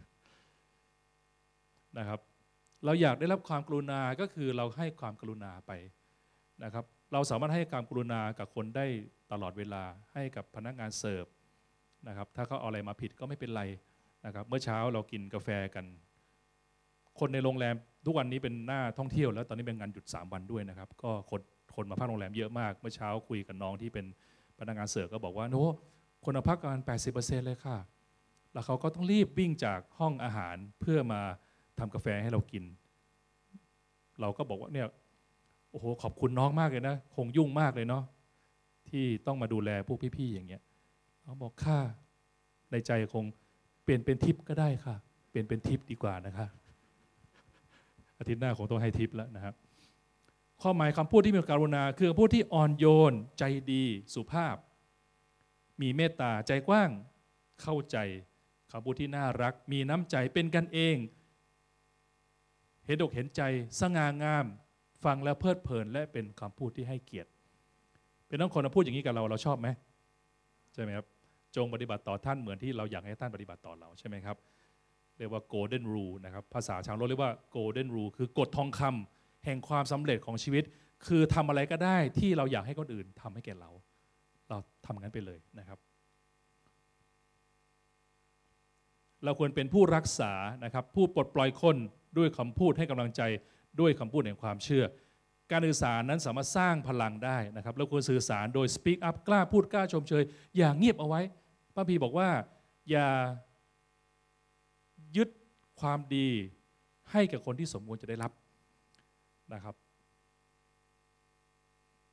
นะครับเราอยากได้รับความกรุณาก็คือเราให้ความกรุณาไปนะครับเราสามารถให้ความกรุณากับคนได้ตลอดเวลาให้กับพนักงานเสิร์ฟนะครับถ้าเขาเอาอะไรมาผิดก็ไม่เป็นไรนะครับเมื่อเช้าเรากินกาแฟกันคนในโรงแรมทุกวันนี้เป็นหน้าท่องเที่ยวแล้วตอนนี้เป็นงานหยุดสามวันด้วยนะครับก็คนคนมาพักโรงแรมเยอะมากเมื่อเช้าคุยกับน้องที่เป็นพนักงานเสิร์ฟก็บอกว่าโน้คนมาพักกัน แปดสิบเปอร์เซ็นต์ เลยค่ะแล้วเขาก็ต้องรีบวิ่งจากห้องอาหารเพื่อมาทำกาแฟให้เรากินเราก็บอกว่าเนี่ยโอ้โหขอบคุณน้องมากเลยนะคงยุ่งมากเลยเนาะที่ต้องมาดูแลพวกพี่ๆอย่างเงี้ยเขาบอกค่าในใจคงเปลี่ยนเป็นทิปก็ได้ค่ะเปลี่ยนเป็นทิปดีกว่านะคะอาทิตย์หน้าคงต้องให้ทิปแล้วนะครับข้อหมายคำพูดที่มีกรุณาคือคำพูดที่อ่อนโยนใจดีสุภาพมีเมตตาใจกว้างเข้าใจคำพูดที่น่ารักมีน้ำใจเป็นกันเองเห็นอกเห็นใจสง่างามฟังแล้วเพลิดเพลินและเป็นคำพูดที่ให้เกียรติเป็นต้องคนมาพูดอย่างนี้กับเราเราชอบไหมใช่ไหมครับจงปฏิบัติต่อท่านเหมือนที่เราอยากให้ท่านปฏิบัติต่อเราใช่ไหมครับเรียกว่า golden rule นะครับภาษาชาวโลกเรียกว่า golden rule คือกฎทองคำแห่งความสำเร็จของชีวิตคือทำอะไรก็ได้ที่เราอยากให้คนอื่นทำให้แก่เราเราทำงั้นไปเลยนะครับเราควรเป็นผู้รักษานะครับผู้ปลดปล่อยคนด้วยคำพูดให้กำลังใจด้วยคำพูดแห่งความเชื่อการสื่อสารนั้นสามารถสร้างพลังได้นะครับเราควรสื่อสารโดย speak up กล้าพูดกล้าชมเชยอย่าเงียบเอาไว้พระพีบอกว่าอย่ายึดความดีให้กับคนที่สมควรจะได้รับนะครับ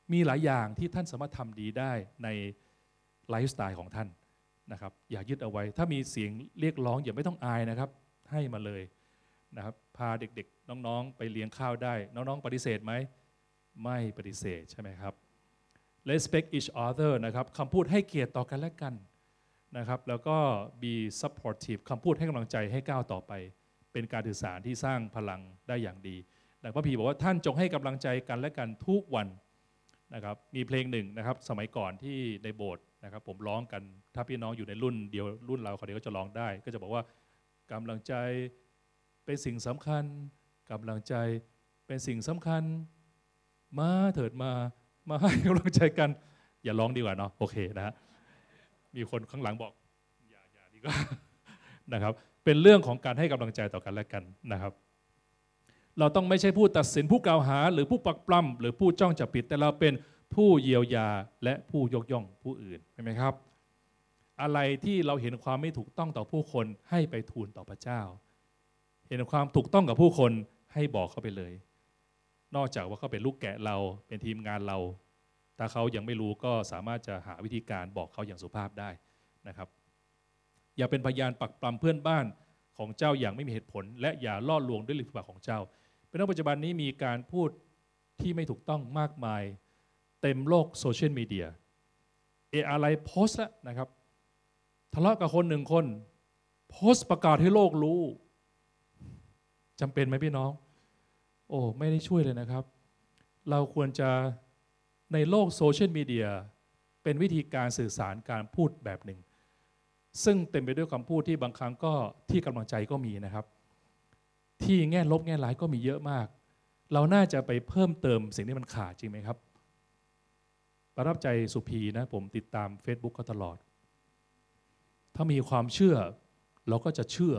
มีหลายอย่างที่ท่านสามารถทำดีได้ในไลฟ์สไตล์ของท่านนะครับอย่ายึดเอาไว้ถ้ามีเสียงเรียกร้องอย่าไม่ต้องอายนะครับให้มาเลยนะครับพาเด็กๆน้องๆไปเลี้ยงข้าวได้น้องๆปฏิเสธไหมไม่ปฏิเสธใช่ไหมครับ respect each other นะครับคำพูดให้เกียรติต่อกันและกันนะครับแล้วก็ be supportive คำพูดให้กำลังใจให้ก้าวต่อไปเป็นการสื่อสารที่สร้างพลังได้อย่างดีแต่พระพีบอกว่าท่านจงให้กำลังใจกันและกันทุกวันนะครับมีเพลงหนึ่งนะครับสมัยก่อนที่ในโบสถ์นะครับผมร้องกันถ้าพี่น้องอยู่ในรุ่นเดียวรุ่นเราเขาเดียวก็จะร้องได้ก็จะบอกว่ากำลังใจเป็นสิ่งสำคัญกำลังใจเป็นสิ่งสำคัญมาเถิดมามาให้กำลังใจกันอย่าร้องดีกว่าเนาะโอเคนะฮะมีคนข้างหลังบอกอย่าอย่าดีกว่านะครับเป็นเรื่องของการให้กำลังใจต่อกันและกันนะครับเราต้องไม่ใช่ผู้ตัดสินผู้กล่าวหาหรือผู้ปักปล้ำหรือผู้จ้องจับผิดแต่เราเป็นผู้เยียวยาและผู้ยกย่องผู้อื่นใช่ไหมครับอะไรที่เราเห็นความไม่ถูกต้องต่อผู้คนให้ไปทูลต่อพระเจ้าเห็นความถูกต้องกับผู้คนให้บอกเขาไปเลยนอกจากว่าเขาเป็นลูกแกะเราเป็นทีมงานเราถ้าเขายังไม่รู้ก็สามารถจะหาวิธีการบอกเขาอย่างสุภาพได้นะครับอย่าเป็นพยานปักปล้ำเพื่อนบ้านของเจ้าอย่างไม่มีเหตุผลและอย่าล่อลวงด้วยลิ้นปากของเจ้าเป็นปัจจุบันนี้มีการพูดที่ไม่ถูกต้องมากมายเต็มโลกโซเชียลมีเดียเออะไรโพสต์นะครับทะเลาะกับคนหนึ่งคนโพสต์ประกาศให้โลกรู้จำเป็นไหมพี่น้องโอ้ไม่ได้ช่วยเลยนะครับเราควรจะในโลกโซเชียลมีเดียเป็นวิธีการสื่อสารการพูดแบบหนึ่งซึ่งเต็มไปด้วยคำพูดที่บางครั้งก็ที่กำลังใจก็มีนะครับที่แง่ลบแง่ร้ายก็มีเยอะมากเราน่าจะไปเพิ่มเติมสิ่งที่มันขาดจริงไหมครับประทับใจสุพีนะผมติดตาม Facebook ก็ตลอดถ้ามีความเชื่อเราก็จะเชื่อ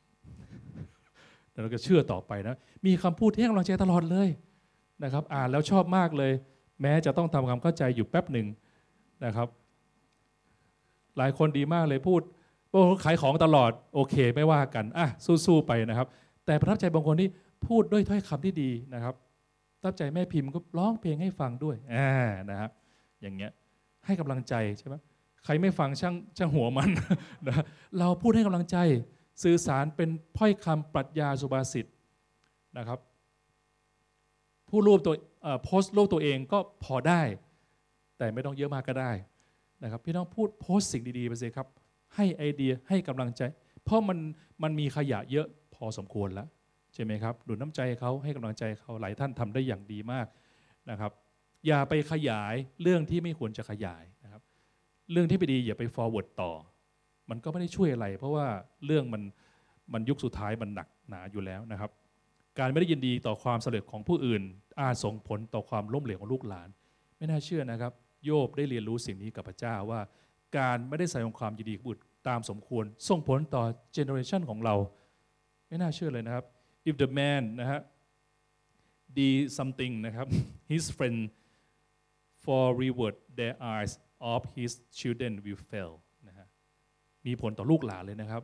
เราก็เชื่อต่อไปนะมีคำพูดที่ให้กำลังใจตลอดเลยนะครับอ่านแล้วชอบมากเลยแม้จะต้องทำความเข้าใจอยู่แป๊บหนึ่งนะครับหลายคนดีมากเลยพูดขายของตลอดโอเคไม่ว่ากันอ่ะสู้ๆไปนะครับแต่ประทับใจบางคนที่พูดด้วยถ้อยคำที่ดีนะครับประทับใจแม่พิมพ์ก็ร้องเพลงให้ฟังด้วยอ่านะฮะอย่างเงี้ยให้กำลังใจใช่ไหมใครไม่ฟังช่างช่างหัวมันนะเราพูดให้กำลังใจสื่อสารเป็นถ้อยคำปรัชญาสุภาษิตนะครับผู้รูปตัวโพสต์รูปตัวเองก็พอได้แต่ไม่ต้องเยอะมากก็ได้นะครับพี่น้องพูดโพสต์สิ่งดีๆไปสิครับให้ไอเดียให้กำลังใจเพราะมันมันมีขยะเยอะพอสมควรแล้วใช่ไหมครับดูน้ำใจเขาให้กำลังใจเขาหลายท่านทำได้อย่างดีมากนะครับอย่าไปขยายเรื่องที่ไม่ควรจะขยายนะครับเรื่องที่ไม่ดีอย่าไป forward ต่อมันก็ไม่ได้ช่วยอะไรเพราะว่าเรื่องมันมันยุคสุดท้ายมันหนักหนาอยู่แล้วนะครับการไม่ได้ยินดีต่อความสำเร็จของผู้อื่นอาจส่งผลต่อความล้มเหลวของลูกหลานไม่น่าเชื่อนะครับโยบได้เรียนรู้สิ่งนี้กับพระเจ้าว่าการไม่ได้ใส่ความยินดีกับบุตรตามสมควรส่งผลต่อเจเนอเรชันของเราไม่น่าเชื่อเลยนะครับ if the man นะฮะ did something นะครับ his friend for reward their eyes of his children will fail นะฮะมีผลต่อลูกหลานเลยนะครับ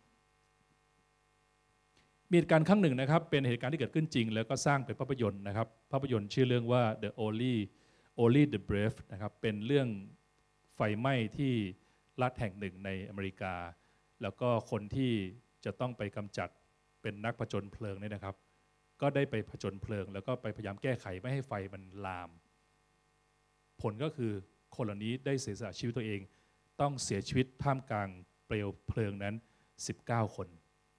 มีเหตุการณ์ครั้งหนึ่งนะครับเป็นเหตุการณ์ที่เกิดขึ้นจริงแล้วก็สร้างเป็นภาพยนตร์นะครับภาพยนตร์ชื่อเรื่องว่า The Only Only the Brave นะครับเป็นเรื่องไฟไหม้ที่รัฐแห่งหนึ่งในอเมริกาแล้วก็คนที่จะต้องไปกำจัดเป็นนักผจญเพลิงเนี่ยนะครับก็ได้ไปผจญเพลิงแล้วก็ไปพยายามแก้ไขไม่ให้ไฟมันลามผลก็คือคนเหล่านี้ได้เสียสละชีวิตตัวเองต้องเสียชีวิตท่ามกลางเปลวเพลิงนั้นสิบเก้าคน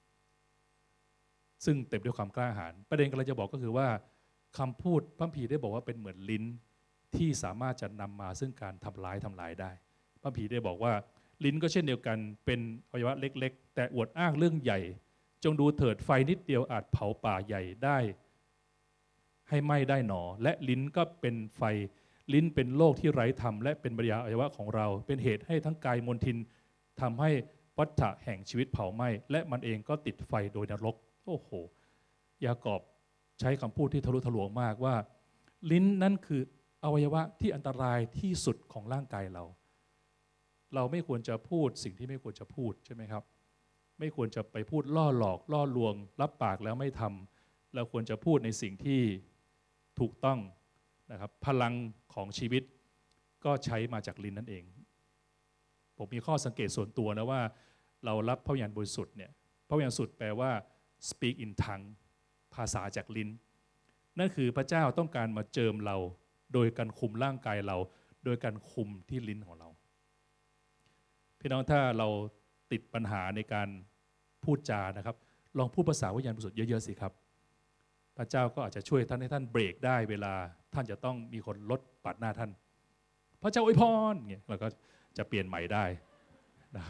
ซึ่งเต็มด้วยความกล้าหาญประเด็นกำลังจะบอกก็คือว่าคำพูดพระคัมภีร์ได้บอกว่าเป็นเหมือนลิ้นที่สามารถจะนำมาซึ่งการทำร้ายทำลายได้พระคัมภีร์ได้บอกว่าลิ้นก็เช่นเดียวกันเป็นอวัยวะเล็กๆแต่อวดอ้างเรื่องใหญ่จงดูเถิดไฟนิดเดียวอาจเผาป่าใหญ่ได้ให้ไหม้ได้หนอและลิ้นก็เป็นไฟลิ้นเป็นโลกที่ไร้ธรรมและเป็นบริยาอวัยวะของเราเป็นเหตุให้ทั้งกายมลทินทำให้วัฏฏะแห่งชีวิตเผาไหม้และมันเองก็ติดไฟโดยนรกโอ้โหยากอบใช้คำพูดที่ทะลุทะลวงมากว่าลิ้นนั่นคืออวัยวะที่อันตรายที่สุดของร่างกายเราเราไม่ควรจะพูดสิ่งที่ไม่ควรจะพูดใช่ไหมครับไม่ควรจะไปพูดล่อหลอกล่อลวงรับปากแล้วไม่ทำเราควรจะพูดในสิ่งที่ถูกต้องนะครับพลังของชีวิตก็ใช้มาจากลิ้นนั่นเองผมมีข้อสังเกตส่วนตัวนะว่าเรารับพระวิญญาณบริสุทธิ์เนี่ยพระวิญญาณบริสุทธิ์แปลว่า speak in tongue ภาษาจากลิ้นนั่นคือพระเจ้าต้องการมาเจิมเราโดยการคุมร่างกายเราโดยการคุมที่ลิ้นของเราพี่น้องถ้าเราติดปัญหาในการพูดจานะครับลองพูดภาษาวิญญาณบริสุทธิ์เยอะๆสิครับพระเจ้าก็อาจจะช่วยท่านให้ท่านเบรกได้เวลาท่านจะต้องมีคนรถปาดหน้าท่านพระเจ้าอวยพรเงี้ยเราก็จะเปลี่ยนใหม่ได้นะ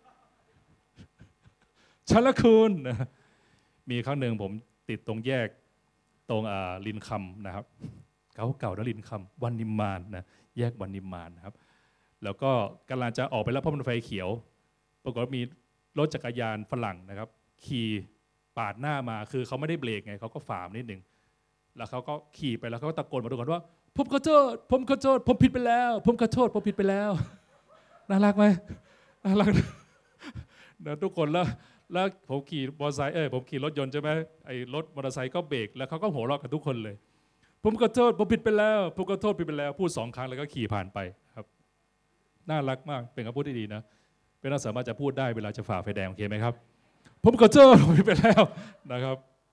ฉันละคุณนะมีครั้งหนึ่งผมติดตรงแยกตรงลินคำนะครับเก่าเก่านะลินคำวันนิมมานนะแยกวันนิมมานนะครับแล้วก็กำลังจะออกไปรับพระบรมไฟเขียวปรากฏว่ามีรถจักรยานฝรั่งนะครับขี่ปาดหน้ามาคือเขาไม่ได้เบรกไงเขาก็ฝ่านิดหนึ่งแล้วเขาก็ขี่ไปแล้วเขาก็ตะโกนมาทุกคนว่าผมขอโทษผมขอโทษผมผิดไปแล้วผมขอโทษผมผิดไปแล้วน่ารักไหมน่ารักนะทุกคนแล้วแล้วผมขี่มอเตอร์ไซค์เอ้ยผมขี่รถยนต์ใช่ไหมไอ้รถมอเตอร์ไซค์ก็เบรกแล้วเขาก็หัวเราะกันทุกคนเลยผมขอโทษผมผิดไปแล้วผมขอโทษผิดไปแล้วพูดสองครั้งแล้วก็ขี่ผ่านไปครับน่ารักมากเป็นคำพูดที่ดีนะเป็นเราสามารถจะพูดได้เวลาจะฝ่าไฟแดงโอเคไหมครับผมขอโทษผมผิดไปแล้วนะครับ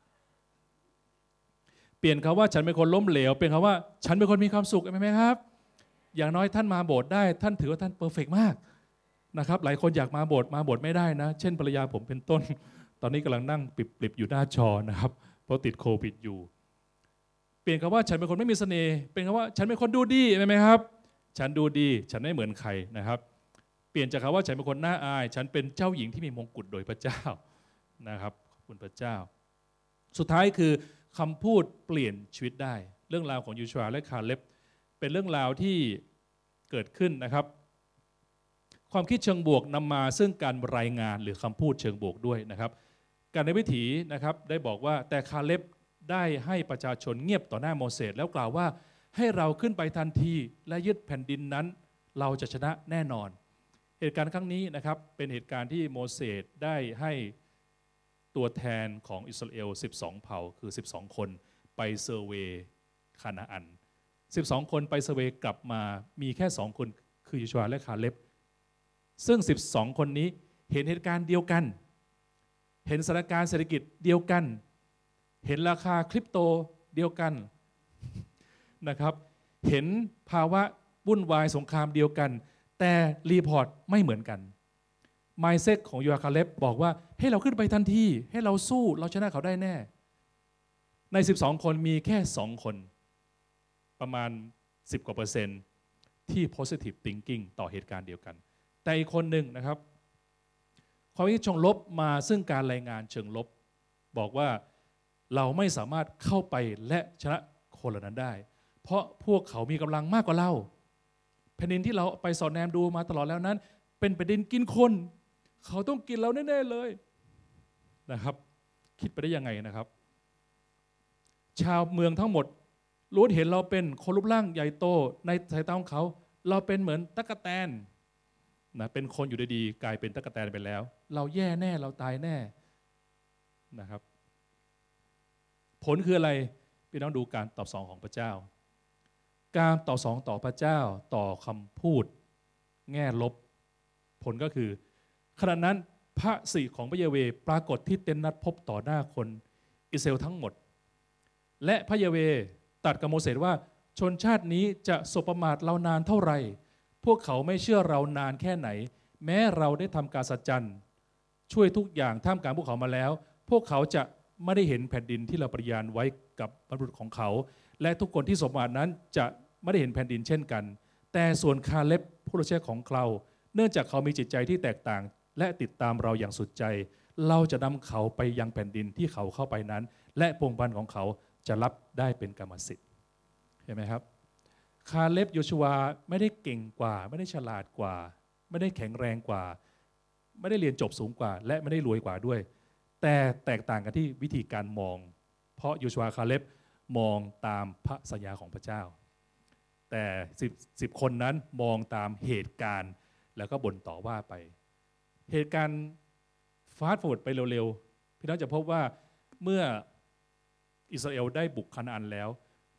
เปลี่ยนคำว่าฉันเป็นคนล้มเหลวเป็นคำว่าฉันเป็นคนมีความสุขไหมครับอย่างน้อยท่านมาโบสถ์ได้ท่านถือว่าท่านเพอร์เฟกต์มากนะครับหลายคนอยากมาโบสถ์มาโบสถ์ไม่ได้นะเช่นภรรยาผมเป็นต้นตอนนี้กำลังนั่งปิบๆอยู่หน้าจอนะครับเพราะติดโควิดอยู่เปลี่ยนคำว่าฉันเป็นคนไม่มีเสน่ห์เป็นคำว่าฉันเป็นคนดูดีไหมครับฉันดูดีฉันไม่เหมือนใครนะครับเปลี่ยนจากคำว่าฉันเป็นคนน่าอายฉันเป็นเจ้าหญิงที่มีมงกุฎโดยพระเจ้านะครับขอบคุณพระเจ้าสุดท้ายคือคำพูดเปลี่ยนชีวิตได้เรื่องราวของยูชัวและคาเล็บเป็นเรื่องราวที่เกิดขึ้นนะครับความคิดเชิงบวกนำมาซึ่งการรายงานหรือคำพูดเชิงบวกด้วยนะครับการในวิถีนะครับได้บอกว่าแต่คาเล็บได้ให้ประชาชนเงียบต่อหน้าโมเสสแล้วกล่าวว่าให้เราขึ้นไปทันทีและยึดแผ่นดินนั้นเราจะชนะแน่นอนเหตุการณ์ครั้งนี้นะครับเป็นเหตุการณ์ที่โมเสสได้ให้ตัวแทนของอิสราเอลสิบสองเผ่าคือสิบสองคนไปเซอร์เวย์คานาอันสิบสองคนไปเซอร์เวย์กลับมามีแค่สองคนคือยูชัวและคาเล็บซึ่งสิบสองคนนี้เห็นเหตุการณ์เดียวกันเห็นสถานการณ์เศรษฐกิจเดียวกันเห็นราคาคริปโตเดียวกันนะครับเห็นภาวะวุ่นวายสงครามเดียวกันแต่รีพอร์ตไม่เหมือนกันไมซ์เซ็ตของยูอาคาเล็บบอกว่าให้เราขึ้นไปทันทีให้เราสู้เราชนะเขาได้แน่ในสิบสองคนมีแค่สองคนประมาณสิบกว่าเปอร์เซ็นต์ที่ positive thinking ต่อเหตุการณ์เดียวกันแต่อีกคนหนึ่งนะครับความคิดเชิงลบมาซึ่งการรายงานเชิงลบบอกว่าเราไม่สามารถเข้าไปและชนะคนเหล่านั้นได้เพราะพวกเขามีกำลังมากกว่าเราแผ่นดินที่เราไปสอดแนมดูมาตลอดแล้วนั้นเป็นแผ่นดินกินคนเขาต้องกินเราแน่ๆเลยนะครับคิดไปได้ยังไงนะครับชาวเมืองทั้งหมดรู้เห็นเราเป็นคนรูปร่างใหญ่โตในสายตาของเขาเราเป็นเหมือนตั๊กแตนนะเป็นคนอยู่ดีๆกลายเป็นตั๊กแตนไปแล้วเราแย่แน่เราตายแน่นะครับผลคืออะไรพี่น้องดูการตอบสนองของพระเจ้าการตอบสนองต่อพระเจ้าต่อคำพูดแง่ลบผลก็คือขณะนั้นพระสิริของพระเยเวปรากฏที่เต็นท์นัดพบต่อหน้าคนอิสราเอลทั้งหมดและพระเยเวตรัสกับโมเสสว่าชนชาตินี้จะสบประมาทเรานานเท่าไหร่พวกเขาไม่เชื่อเรานานแค่ไหนแม้เราได้ทำการสัจจันช่วยทุกอย่างท่ามกลางพวกเขามาแล้วพวกเขาจะไม่ได้เห็นแผ่นดินที่เราปฏิญาณไว้กับบรรพบุรุษของเขาและทุกคนที่สบประมาทนั้นจะไม่ได้เห็นแผ่นดินเช่นกันแต่ส่วนคาเล็บผู้รับใช้ของเราเนื่องจากเขามีจิตใจที่แตกต่างและติดตามเราอย่างสุดใจเราจะนำเขาไปยังแผ่นดินที่เขาเข้าไปนั้นและพงศ์พันธุ์ของเขาจะรับได้เป็นกรรมสิทธิ์เห็นไหมครับคาเล็บโยชูวาไม่ได้เก่งกว่าไม่ได้ฉลาดกว่าไม่ได้แข็งแรงกว่าไม่ได้เรียนจบสูงกว่าและไม่ได้รวยกว่าด้วยแต่แตกต่างกันที่วิธีการมองเพราะโยชูวาคาเล็บมองตามพระสัญญาของพระเจ้าแต่สิบสิบคนนั้นมองตามเหตุการณ์แล้วก็บ่นต่อว่าไปเหตุการณ์ฟาสต์ฟอร์เวิร์ดไปเร็วๆพี่น้องจะพบว่าเมื่ออิสราเอลได้บุกคานาอันแล้ว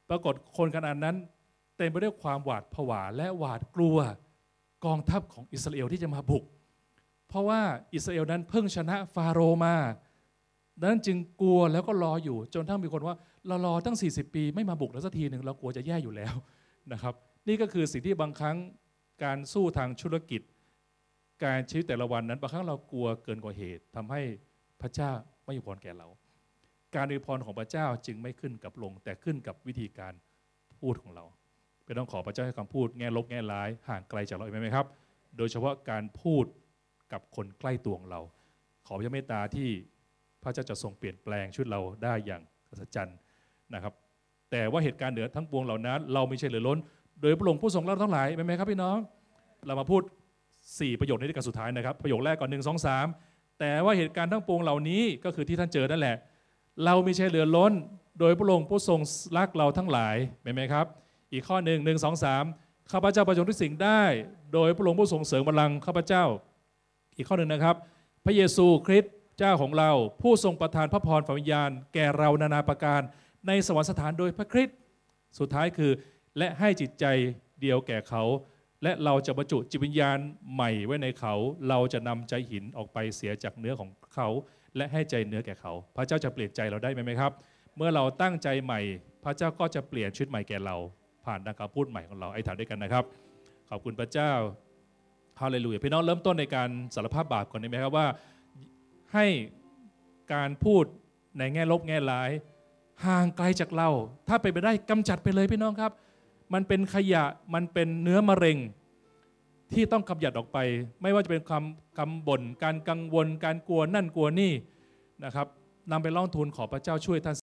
ปรากฏคนขนาดนั้นเต็มไปด้วยความหวาดผวาและหวาดกลัวกองทัพของอิสราเอลที่จะมาบุกเพราะว่าอิสราเอลนั้นเพิ่งชนะฟาโรห์มาดังนั้นจึงกลัวแล้วก็รออยู่จนทั้งมีคนว่าเรารอตั้งสี่สิบปีไม่มาบุกแล้วสักทีหนึ่งเรากลัวจะแย่อยู่แล้วนะครับนี่ก็คือสิ่งที่บางครั้งการสู้ทางธุรกิจการชีวิตแต่ละวันนั้นบางครั้งเรากลัวเกินกว่าเหตุทำให้พระเจ้าไม่อวยพรแก่เราการอวยพรของพระเจ้าจึงไม่ขึ้นกับลงแต่ขึ้นกับวิธีการพูดของเราเป็นต้องขอพระเจ้าให้คำพูดแง่ลบแง่ร้ายห่างไกลจากเราไหมครับโดยเฉพาะการพูดกับคนใกล้ตัวของเราขอพระเมตตาที่พระเจ้าจะทรงเปลี่ยนแปลงชีวิตเราได้อย่างอัศจรรย์นะครับแต่ว่าเหตุการณ์เหนือทั้งปวงเหล่านั้นเราไม่ใช่เหลือล้นโดยพระองค์ผู้ทรงรักทั้งหลายไหมครับพี่น้องเรามาพูดสี่ประโยคในที่การสุดท้ายนะครับประโยคแรกก่อนหนึ่งสองสามแต่ว่าเหตุการณ์ทั้งปวงเหล่านี้ก็คือที่ท่านเจอนั่นแหละเราไม่ใช่เหลือล้นโดยพระองค์ผู้ทรงรักเราทั้งหลายไหมครับอีกข้อหนึ่งหนึ่งสองสามข้าพเจ้าประสงค์ทุกสิ่งได้โดยพระองค์ผู้ทรงเสริมพลังข้าพเจ้าอีกข้อหนึ่งนะครับพระเยซูคริสต์เจ้าของเราผู้ทรงประทานพระพรฝ่ายวิญญาณแก่เรานานาประการในสวรรคสถานโดยพระคริสต์สุดท้ายคือและให้จิตใจเดียวแก่เขาและเราจะบรรจุจิตวิญญาณใหม่ไว้ในเขาเราจะนำใจหินออกไปเสียจากเนื้อของเขาและให้ใจเนื้อแก่เขาพระเจ้าจะเปลี่ยนใจเราได้ไหมครับเมื่อเราตั้งใจใหม่พระเจ้าก็จะเปลี่ยนชีวิตใหม่แก่เราผ่านคำพูดใหม่ของเราไอ้ถามด้วยกันนะครับขอบคุณพระเจ้าฮาเลลูยาพี่น้องเริ่มต้นในการสารภาพบาปก่อนได้ไหมครับว่าให้การพูดในแง่ลบแง่ร้ายห่างไกลจากเราถ้าไปไปได้กำจัดไปเลยพี่น้องครับมันเป็นขยะมันเป็นเนื้อมะเร็งที่ต้องกำจัดออกไปไม่ว่าจะเป็นคำคำบ่นการกังวลการกลัวนั่นกลัวนี่นะครับนำไปร้องทูลขอพระเจ้าช่วยท่าน